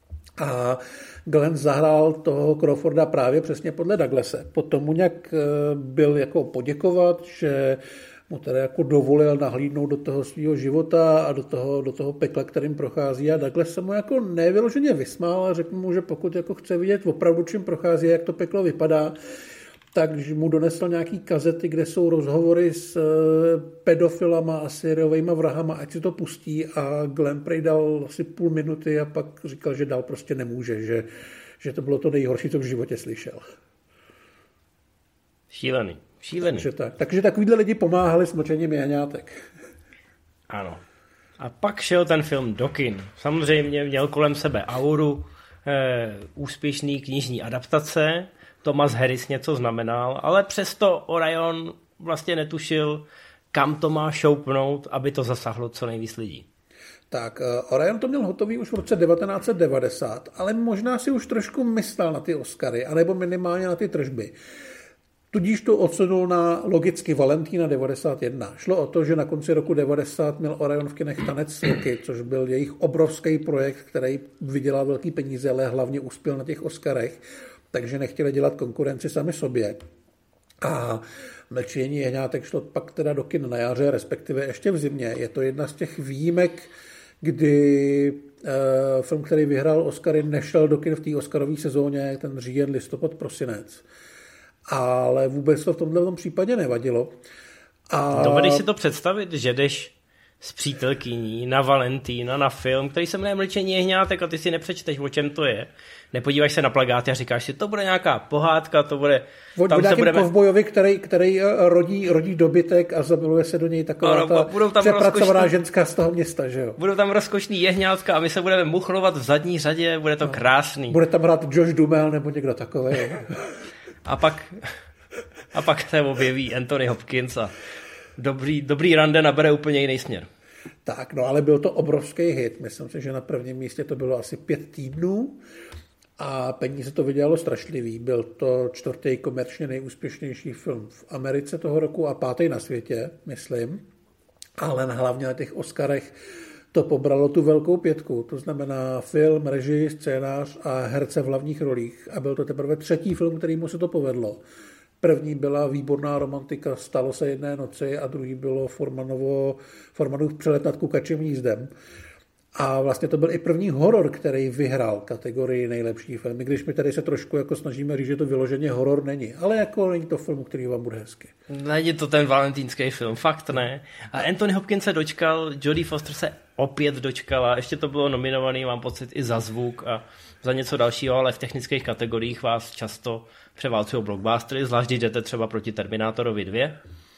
A Glenn zahrál toho Crawforda právě přesně podle Douglase. Potom mu nějak byl jako poděkovat, že mu teda jako dovolil nahlídnout do toho svého života a do toho pekla, kterým prochází. A Douglas se mu jako nevyloženě vysmál a řekl mu, že pokud jako chce vidět opravdu, čím prochází, jak to peklo vypadá, takže mu donesl nějaký kazety, kde jsou rozhovory s pedofilama a sériovejma vrahama, ať si to pustí, a Glenn prej dal asi půl minuty a pak říkal, že dál prostě nemůže, že to bylo to nejhorší, co v životě slyšel. Šílený. Takže takovýhle lidi pomáhali s mlčením jehňátek. Ano. A pak šel ten film do kin. Samozřejmě měl kolem sebe auru úspěšný knižní adaptace. Thomas Harris něco znamenal, ale přesto Orion vlastně netušil, kam to má šoupnout, aby to zasáhlo co nejvíc lidí. Tak, Orion to měl hotový už v roce 1990, ale možná si už trošku myslel na ty Oscary, anebo minimálně na ty tržby. Tudíž to odsunul na logicky Valentína 91. Šlo o to, že na konci roku 90 měl Orion v kinech Tanec s vlky, což byl jejich obrovský projekt, který vydělal velký peníze, ale hlavně uspěl na těch Oscarech, takže nechtěli dělat konkurenci sami sobě. A Mlčení jehňátek šlo pak teda do kin na jaře, respektive ještě v zimě. Je to jedna z těch výjimek, kdy film, který vyhrál Oscary, nešel do kin v té Oscarové sezóně, ten říjen, listopad, prosinec. Ale vůbec to v tomhle případě nevadilo. Dovedeš si to představit, že jdeš s přítelkyní na Valentína, na film, který se jmenuje Mlčení jehňátek, a ty si nepřečteš, o čem to je. Nepodíváš se na plakáty a říkáš si, to bude nějaká pohádka, to bude... Tam se budeme... kovbojovi, který rodí dobytek a zamiluje se do něj taková ta přepracovaná ženská z toho města, že jo? Budou tam rozkošný jehňátka a my se budeme muchlovat v zadní řadě, bude to krásný. Bude tam hrát Josh Duhamel nebo někdo takový. A pak se objeví Anthony Hopkins a dobrý rande nabere úplně jiný směr. Tak, no ale byl to obrovský hit. Myslím si, že na prvním místě to bylo asi 5 týdnů a peníze to vydělalo strašlivý. Byl to 4. komerčně nejúspěšnější film v Americe toho roku a 5. na světě, myslím. Ale hlavně na těch Oscarech to pobralo tu velkou 5. To znamená film, režii, scénář a herce v hlavních rolích. A byl to teprve 3. film, kterýmu se to povedlo. První byla Výborná romantika, Stalo se jedné noci, a druhý bylo Formanův přelet nad kukačím hnízdem. A vlastně to byl i první horor, který vyhrál kategorii nejlepší film. I když my tady se trošku jako snažíme říct, že to vyloženě horor není. Ale jako není to film, který vám bude hezky. Není to ten valentýnský film, fakt ne. A Anthony Hopkins se dočkal, Jodie Foster se opět dočkala, ještě to bylo nominovaný, mám pocit, i za zvuk a za něco dalšího, ale v technických kategoriích vás často převálcují blockbustery, zvlášť když jdete třeba proti Terminátorovi 2.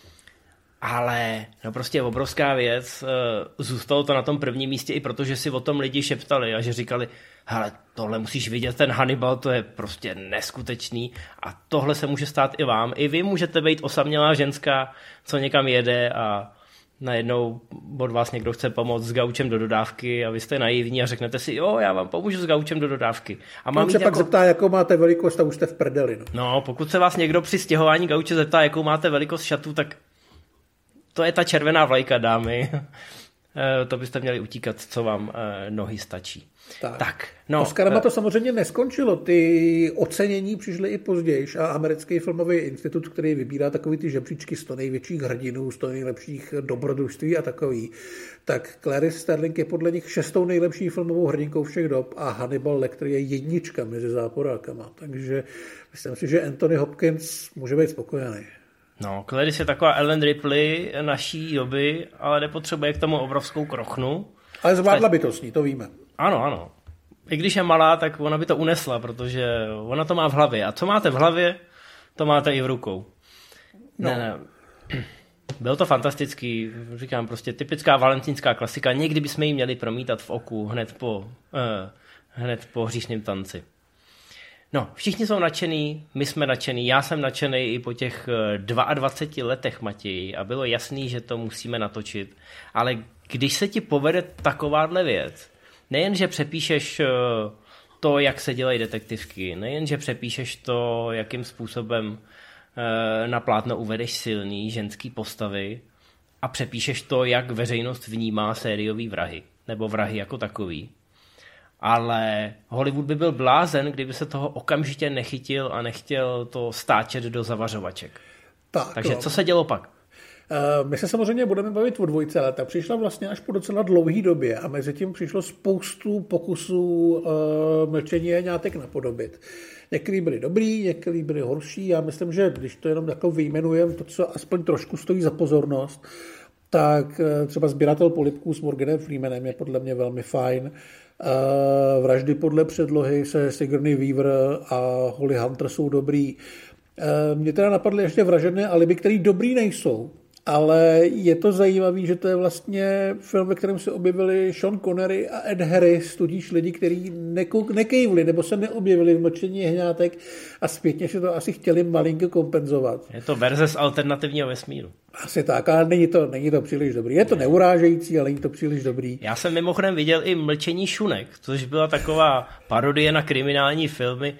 Ale no prostě obrovská věc, zůstalo to na tom prvním místě i protože si o tom lidi šeptali a že říkali, hele, tohle musíš vidět, ten Hannibal, to je prostě neskutečný a tohle se může stát i vám. I vy můžete být osamělá ženská, co někam jede a najednou od vás někdo chce pomoct s gaučem do dodávky a vy jste naivní a řeknete si, jo, já vám pomůžu s gaučem do dodávky. A mám se pak zeptá, jakou máte velikost a už jste v prdeli. No, pokud se vás někdo při stěhování gauče zeptá, jakou máte velikost šatů, tak to je ta červená vlajka, dámy. To byste měli utíkat, co vám nohy stačí. Tak no, Oscarama to samozřejmě neskončilo. Ty ocenění přišly i později a Americký filmový institut, který vybírá takový ty žebříčky 100 největších hrdinů, 100 nejlepších dobrodružství a takový, tak Clarice Starling je podle nich 6. nejlepší filmovou hrdinkou všech dob a Hannibal Lecter je jednička mezi záporákama. Takže myslím si, že Anthony Hopkins může být spokojený. No, Clarice je taková Ellen Ripley naší doby, ale nepotřebuje k tomu obrovskou krochnu. Ale zvládla by to s ní, to víme. Ano. I když je malá, tak ona by to unesla, protože ona to má v hlavě. A co máte v hlavě, to máte i v rukou. No. Ne. Byl to fantastický, říkám prostě typická valentínská klasika. Někdy bychom ji měli promítat v oku hned po hříšném tanci. No, všichni jsou nadšený, my jsme nadšený, já jsem nadšený i po těch 22 letech, Matěj, a bylo jasný, že to musíme natočit, ale když se ti povede takováhle věc, nejen, že přepíšeš to, jak se dělají detektivky, nejen, že přepíšeš to, jakým způsobem na plátno uvedeš silný ženský postavy a přepíšeš to, jak veřejnost vnímá sériový vrahy, nebo vrahy jako takový. Ale Hollywood by byl blázen, kdyby se toho okamžitě nechytil a nechtěl to stáčet do zavařovaček. Takže co se dělo pak? My se samozřejmě budeme bavit o dvojce, ale ta přišla vlastně až po docela dlouhé době a mezi tím přišlo spoustu pokusů Mlčení jehňátek napodobit. Některý byli dobrý, některý byli horší. Já myslím, že když to jenom takhle vyjmenujeme, to, co aspoň trošku stojí za pozornost, tak třeba Sběratel polibků s Morganem Freemanem je podle mě velmi fajn. Vraždy podle předlohy se Sigourney Weaver a Holly Hunter jsou dobrý. Mě teda napadly ještě Vražedné alibi, který dobrý nejsou, ale je to zajímavý, že to je vlastně film, ve kterém se objevili Sean Connery a Ed Harris, tudíž lidi, kteří nekejvli nebo se neobjevili v Mlčení jehňátek a zpětně si to asi chtěli malinko kompenzovat. Je to verze z alternativního vesmíru. Asi tak, ale není to příliš dobrý. Je to neurážející, ale není to příliš dobrý. Já jsem mimochodem viděl i Mlčení šunek, což byla taková parodie na kriminální filmy.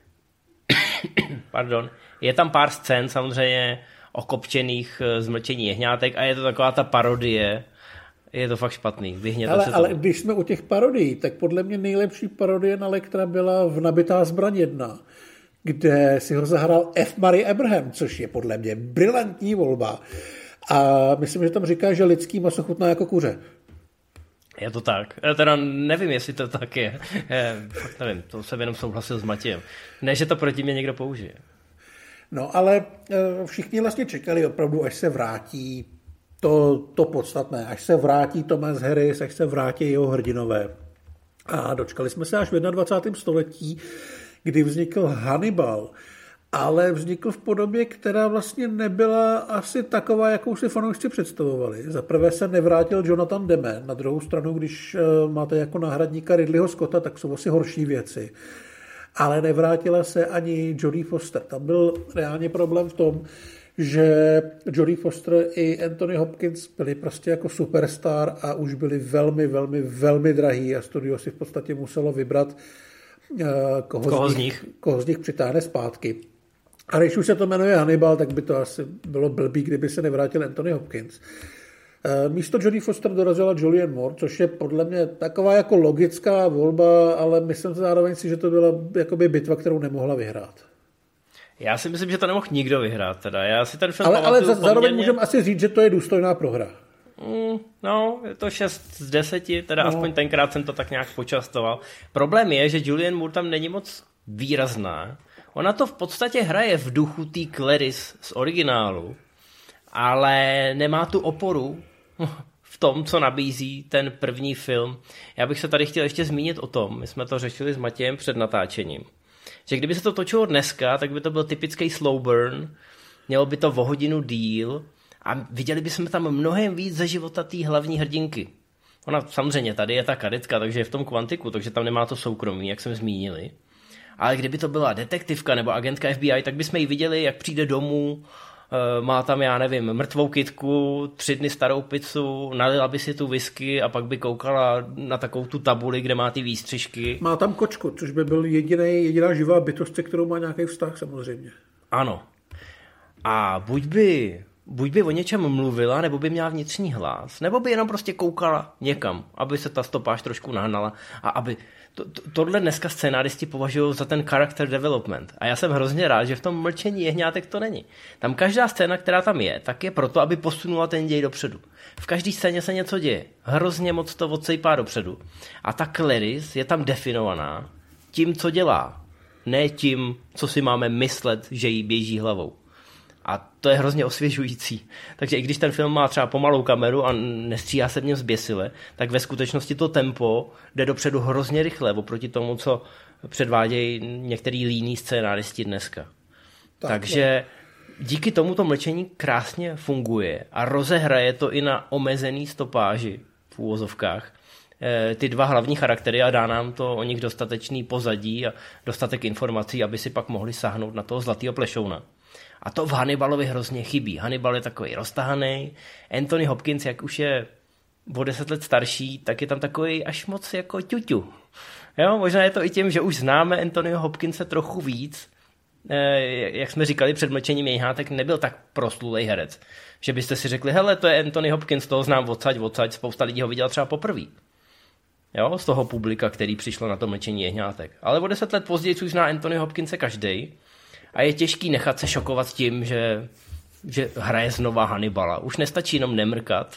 Pardon. Je tam pár scén samozřejmě okopčených z Mlčení jehňátek a je to taková ta parodie. Je to fakt špatný. Ale když jsme u těch parodií, tak podle mě nejlepší parodie na Lectera byla v Nabitá zbraň 1, kde si ho zahrál F. Murray Abraham, což je podle mě brilantní volba. A myslím, že tam říká, že lidský maso chutná jako kuře. Je to tak. Já teda nevím, jestli to tak je. Fakt nevím, to jsem jenom souhlasil s Matějem. Ne, že to proti mě někdo použije. No, ale všichni vlastně čekali opravdu, až se vrátí to podstatné, až se vrátí Thomas Harris, až se vrátí jeho hrdinové. A dočkali jsme se až v 21. století, kdy vznikl Hannibal, ale vznikl v podobě, která vlastně nebyla asi taková, jakou si fanoušci představovali. Za prvé se nevrátil Jonathan Demme, na druhou stranu, když máte jako náhradníka Ridleyho Scotta, tak jsou asi horší věci. Ale nevrátila se ani Jodie Foster. Tam byl reálně problém v tom, že Jodie Foster i Anthony Hopkins byli prostě jako superstar a už byli velmi, velmi, velmi drahý a studio si v podstatě muselo vybrat, koho z nich přitáhne zpátky. A když už se to jmenuje Hannibal, tak by to asi bylo blbý, kdyby se nevrátil Anthony Hopkins. Místo Jodie Foster dorazila Julianne Moore, což je podle mě taková jako logická volba, ale myslím zároveň si, že to byla jakoby bitva, kterou nemohla vyhrát. Já si myslím, že to nemohl nikdo vyhrát. Teda. Já si ten film ale zároveň můžeme asi říct, že to je důstojná prohra. No, je to 6 z 10, teda aspoň tenkrát jsem to tak nějak počastoval. Problém je, že Julianne Moore tam není moc výrazná. Ona to v podstatě hraje v duchu té Clarice z originálu, ale nemá tu oporu v tom, co nabízí ten první film. Já bych se tady chtěl ještě zmínit o tom, my jsme to řešili s Matějem před natáčením, že kdyby se to točilo dneska, tak by to byl typický slow burn, mělo by to o hodinu díl a viděli bychom tam mnohem víc ze života té hlavní hrdinky. Ona samozřejmě tady je ta kadetka, takže je v tom kvantiku, takže tam nemá to soukromí, jak jsme zmínili. Ale kdyby to byla detektivka nebo agentka FBI, tak bychom ji viděli, jak přijde domů, má tam, já nevím, mrtvou kytku, 3 dny starou pizzu, nalila by si tu whisky a pak by koukala na takovou tu tabuli, kde má ty výstřižky. Má tam kočku, což by byl jediná živá bytost, se kterou má nějaký vztah samozřejmě. Ano. A buď by o něčem mluvila, nebo by měla vnitřní hlas, nebo by jenom prostě koukala někam, aby se ta stopáž trošku nahnala a aby... Tohle dneska scénáristi považují za ten character development. A já jsem hrozně rád, že v tom Mlčení jehňátek to není. Tam každá scéna, která tam je, tak je proto, aby posunula ten děj dopředu. V každé scéně se něco děje. Hrozně moc to odsejpá dopředu. A ta Clarice je tam definovaná tím, co dělá. Ne tím, co si máme myslet, že jí běží hlavou. A to je hrozně osvěžující. Takže i když ten film má třeba pomalou kameru a nestříhá se v něm zběsile, tak ve skutečnosti to tempo jde dopředu hrozně rychle oproti tomu, co předvádějí některý líní scénáristi dneska. Takže díky tomuto Mlčení krásně funguje a rozehraje to i na omezený stopáži v úvozovkách ty dva hlavní charaktery a dá nám to o nich dostatečný pozadí a dostatek informací, aby si pak mohli sáhnout na toho zlatýho plešouna. A to v Hannibalovi hrozně chybí. Hannibal je takový roztahaný. Anthony Hopkins, jak už je o 10 let starší, tak je tam takový až moc jako ťuťu. Jo, možná je to i tím, že už známe Anthonyho Hopkinse trochu víc. Jak jsme říkali před Mlčením jehňátek, nebyl tak proslulej herec. Že byste si řekli, hele, to je Anthony Hopkins, toho znám odsaď, spousta lidí ho viděl třeba poprvé. Jo, z toho publika, který přišlo na to Mlčení jehňátek. Ale o 10 let později už zná Anthony Hopkinse každej. A je těžký nechat se šokovat tím, že hraje znova Hannibala. Už nestačí jenom nemrkat.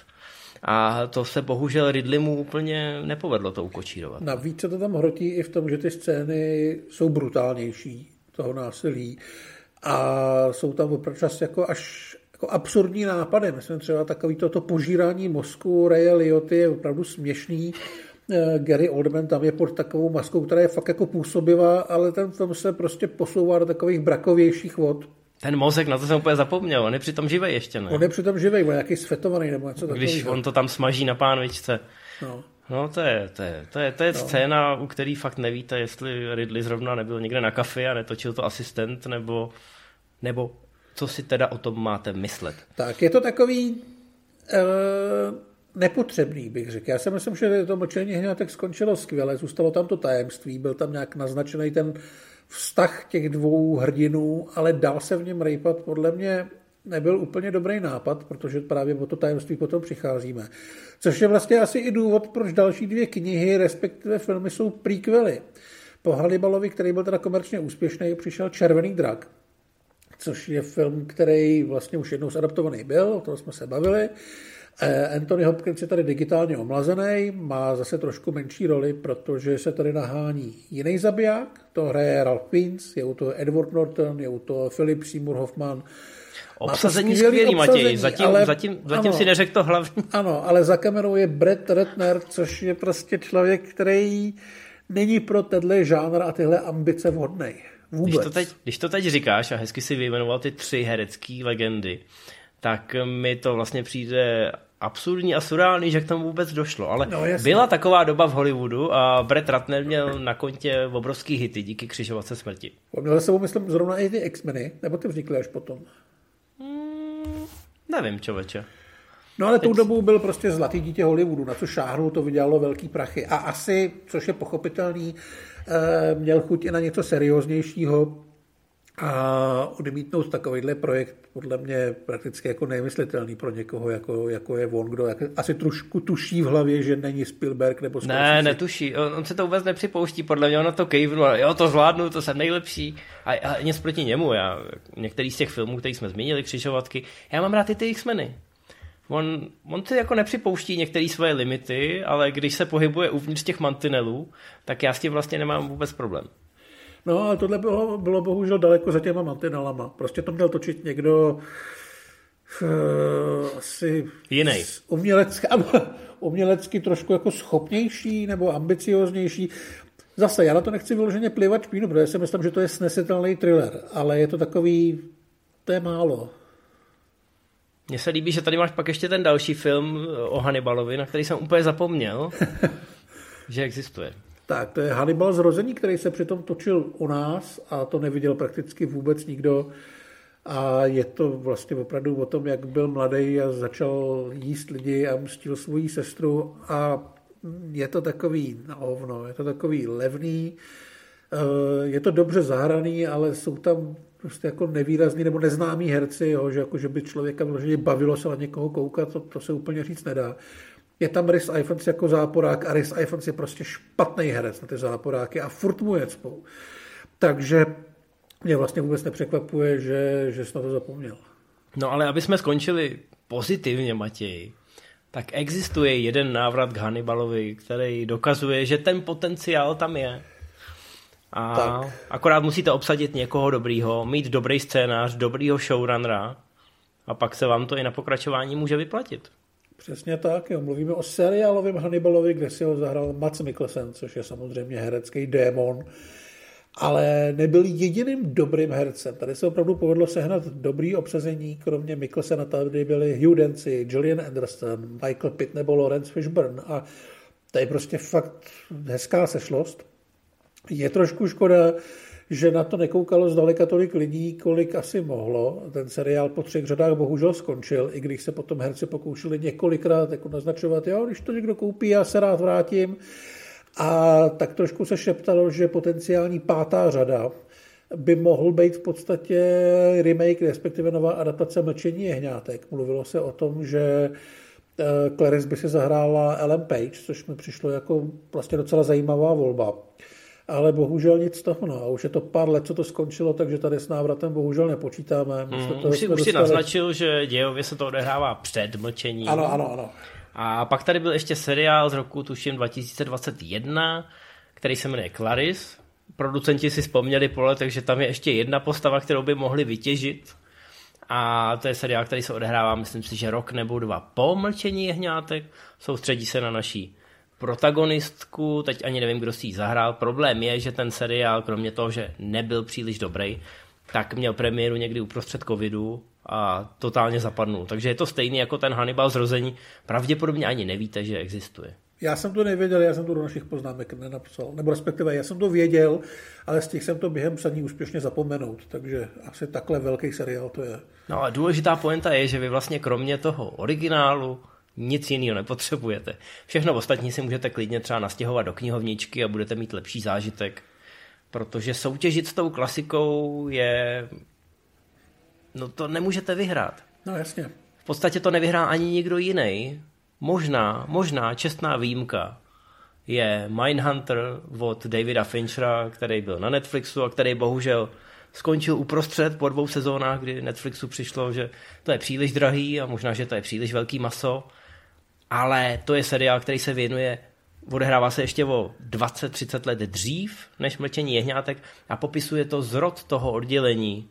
A to se bohužel Ridleymu úplně nepovedlo to ukočírovat. Navíc se to tam hrotí i v tom, že ty scény jsou brutálnější toho násilí. A jsou tam opravdu čas až jako absurdní nápady. Myslím třeba takový to požírání mozku Raya Lioty je opravdu směšný. Gary Oldman tam je pod takovou maskou, která je fakt jako působivá, ale ten film se prostě posouvá do takových brakovějších vod. Ten mozek, na to jsem úplně zapomněl, on je přitom živej ještě, ne? On je přitom živej, on je nějaký sfetovaný nebo něco takového. Když on to tam smaží na pánvičce. No to je scéna, u který fakt nevíte, jestli Ridley zrovna nebyl někde na kafi a netočil to asistent, nebo co si teda o tom máte myslet. Tak, je to takový... nepotřebný, bych řekl. Já si myslím, že to Mlčení jehňátek skončilo skvěle, zůstalo tam to tajemství, byl tam nějak naznačený ten vztah těch dvou hrdinů, ale dál se v něm rejpat podle mě nebyl úplně dobrý nápad, protože právě o to tajemství potom přicházíme. Což je vlastně asi i důvod, proč další 2 knihy, respektive filmy, jsou prequely. Po Hannibalovi, který byl teda komerčně úspěšný, přišel Červený drak, což je film, který vlastně už jednou zadaptovaný byl, o tom jsme se bavili. Anthony Hopkins je tady digitálně omlazený, má zase trošku menší roli, protože se tady nahání jiný zabiják, to hraje Ralph Fiennes, je u toho Edward Norton, je u toho Philip Seymour Hoffman. Obsazení skvělý, Matěj, zatím si neřekl to hlavní. Ano, ale za kamerou je Brett Ratner, což je prostě člověk, který není pro tenhle žánr a tyhle ambice vhodnej. Vůbec. Když to teď říkáš a hezky si vyjmenoval ty 3 herecký legendy, tak mi to vlastně přijde absurdní a surreální, že k tomu vůbec došlo. Ale byla taková doba v Hollywoodu a Brett Ratner měl na kontě obrovský hity díky Křižovatce smrti. On měl za sebou, myslím, zrovna i ty X-meny, nebo ty vznikly až potom? Nevím, člověče. No ale tou dobou byl prostě zlatý dítě Hollywoodu, na co šáhnul, to vydělalo velký prachy. A asi, což je pochopitelný, měl chuť i na něco serióznějšího a odmítnout takovýhle projekt podle mě prakticky jako nemyslitelný pro někoho, jako je on, kdo asi trošku tuší v hlavě, že není Spielberg nebo Ne, netuší. On se to vůbec nepřipouští, podle mě on na to kejvnu, ale jo, to zvládnu, to jsem nejlepší. A nic proti němu. Některý z těch filmů, který jsme zmínili, Křižovatky, já mám rád i ty X-meny. On si jako nepřipouští některé svoje limity, ale když se pohybuje uvnitř těch mantinelů, tak já s tím vlastně nemám vůbec problém. No, ale tohle bylo bohužel daleko za těma mantinelama. Prostě to měl točit někdo asi jiný. Umělecky trošku jako schopnější nebo ambicioznější. Zase, já na to nechci vyloženě plivat špínu, protože si myslím, že to je snesitelný thriller, ale je to takový, to je málo. Mně se líbí, že tady máš pak ještě ten další film o Hannibalovi, na který jsem úplně zapomněl, že existuje. Tak, to je Hannibal Zrození, který se přitom točil u nás a to neviděl prakticky vůbec nikdo. A je to vlastně opravdu o tom, jak byl mladý a začal jíst lidi a mstil svoji sestru a je to takový na hovno, je to takový levný, je to dobře zahraný, ale jsou tam prostě jako nevýrazný nebo neznámí herci, jo, že by člověka vloženě bavilo se na někoho koukat, to se úplně říct nedá. Je tam Rhys Ifans jako záporák a Rhys Ifans je prostě špatný herec na ty záporáky a furt mu jecpou. Takže mě vlastně vůbec nepřekvapuje, že jsi na to zapomněl. No ale aby jsme skončili pozitivně, Matěj, tak existuje jeden návrat k Hannibalovi, který dokazuje, že ten potenciál tam je. A tak. Akorát musíte obsadit někoho dobrýho, mít dobrý scénář, dobrýho showrunnera a pak se vám to i na pokračování může vyplatit. Přesně tak, jo. Mluvíme o seriálovém Hannibalovi, kde si ho zahrál Mads Mikkelsen, což je samozřejmě herecký démon, ale nebyl jediným dobrým hercem. Tady se opravdu povedlo sehnat dobrý obsazení, kromě Mikkelsena tady byli Hugh Dancy, Gillian Anderson, Michael Pitt nebo Lawrence Fishburne a to je prostě fakt hezká sešlost. Je trošku škoda, že na to nekoukalo zdaleka tolik lidí, kolik asi mohlo. Ten seriál po 3 řadách bohužel skončil, i když se potom herci pokoušeli několikrát jako naznačovat, jo, když to někdo koupí, já se rád vrátím. A tak trošku se šeptalo, že potenciální 5. řada by mohl být v podstatě remake, respektive nová adaptace Mlčení jehňátek. Mluvilo se o tom, že Clarice by si zahrála Ellen Page, což mi přišlo jako vlastně docela zajímavá volba. Ale bohužel nic z toho, no. A už je to pár let, co to skončilo, takže tady s návratem bohužel nepočítáme. Už si naznačil, že dějově se to odehrává před Mlčením. Ano. A pak tady byl ještě seriál z roku, tuším, 2021, který se jmenuje Clarice. Producenti si vzpomněli po letech, že tam je ještě jedna postava, kterou by mohli vytěžit. A to je seriál, který se odehrává, myslím si, že rok nebo 2 po Mlčení jehňátek. Soustředí se na naší protagonistku, teď ani nevím, kdo si ji zahrál. Problém je, že ten seriál, kromě toho, že nebyl příliš dobrý, tak měl premiéru někdy uprostřed covidu a totálně zapadnul. Takže je to stejný jako ten Hannibal Zrození. Pravděpodobně ani nevíte, že existuje. Já jsem to nevěděl, já jsem to do našich poznámek nenapsal. Nebo respektive já jsem to věděl, ale stihl jsem to během psaní úspěšně zapomenout. Takže asi takhle velký seriál to je. No a důležitá pointa je, že vy vlastně kromě toho originálu nic jiného nepotřebujete. Všechno ostatní si můžete klidně třeba nastěhovat do knihovničky a budete mít lepší zážitek. Protože soutěžit s tou klasikou je... No to nemůžete vyhrát. No jasně. V podstatě to nevyhrál ani nikdo jiný. Možná čestná výjimka je Mindhunter od Davida Finchera, který byl na Netflixu a který bohužel skončil uprostřed po 2 sezónách, kdy Netflixu přišlo, že to je příliš drahý a možná, že to je příliš velký maso. Ale to je seriál, který se věnuje, odehrává se ještě o 20-30 let dřív než Mlčení jehňátek a popisuje to zrod toho oddělení,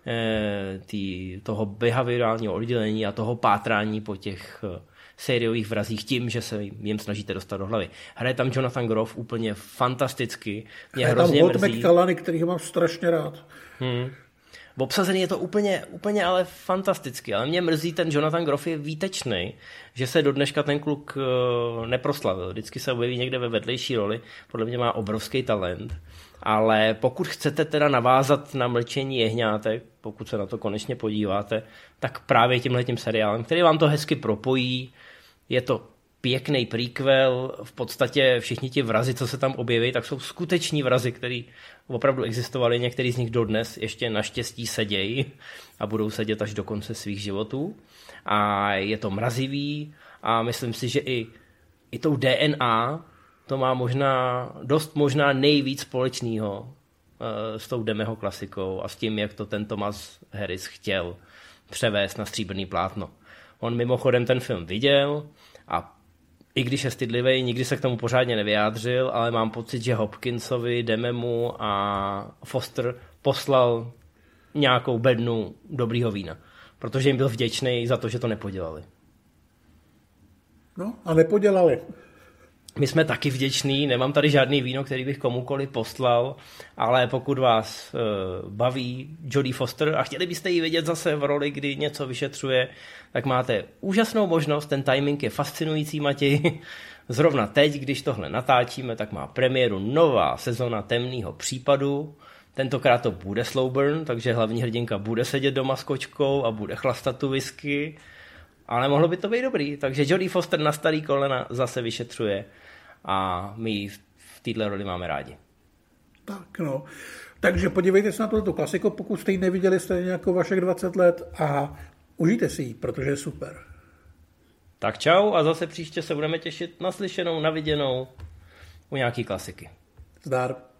toho behaviorálního oddělení a toho pátrání po těch sériových vrazích tím, že se jim snažíte dostat do hlavy. Hraje tam Jonathan Groff úplně fantasticky. Mě hrozně mrzí. Tam Holt McCallany, kterýho mám strašně rád. V obsazení je to úplně ale fantasticky, ale mě mrzí, ten Jonathan Groff je výtečný, že se do dneška ten kluk neproslavil. Vždycky se objeví někde ve vedlejší roli, podle mě má obrovský talent, ale pokud chcete teda navázat na Mlčení jehňátek, pokud se na to konečně podíváte, tak právě tímhletím seriálem, který vám to hezky propojí, je to pěkný prequel, v podstatě všichni ti vrazi, co se tam objeví, tak jsou skuteční vrazi, který opravdu existovali, některý z nich dodnes ještě naštěstí sedějí a budou sedět až do konce svých životů. A je to mrazivý a myslím si, že i tou DNA to má dost možná nejvíc společného s tou Demeho klasikou a s tím, jak to ten Thomas Harris chtěl převést na stříbrný plátno. On mimochodem ten film viděl a i když je stydlivý, nikdy se k tomu pořádně nevyjádřil, ale mám pocit, že Hopkinsovi, Dememu a Foster poslal nějakou bednu dobrýho vína, protože jim byl vděčný za to, že to nepodělali. No a nepodělali. My jsme taky vděční, nemám tady žádný víno, který bych komukoli poslal, ale pokud vás baví Jodie Foster a chtěli byste ji vidět zase v roli, kdy něco vyšetřuje, tak máte úžasnou možnost, ten timing je fascinující, Matěj. Zrovna teď, když tohle natáčíme, tak má premiéru nová sezona Temného případu. Tentokrát to bude slow burn, takže hlavní hrdinka bude sedět doma s kočkou a bude chlastat tu whisky, ale mohlo by to být dobrý. Takže Jodie Foster na starý kolena zase vyšetřuje a my ji v této roli máme rádi. Tak no, takže podívejte se na tuto klasiku, pokud jste ji neviděli stejně jako vašich 20 let a užijte si ji, protože je super. Tak čau a zase příště se budeme těšit na slyšenou, na viděnou u nějaký klasiky. Zdar.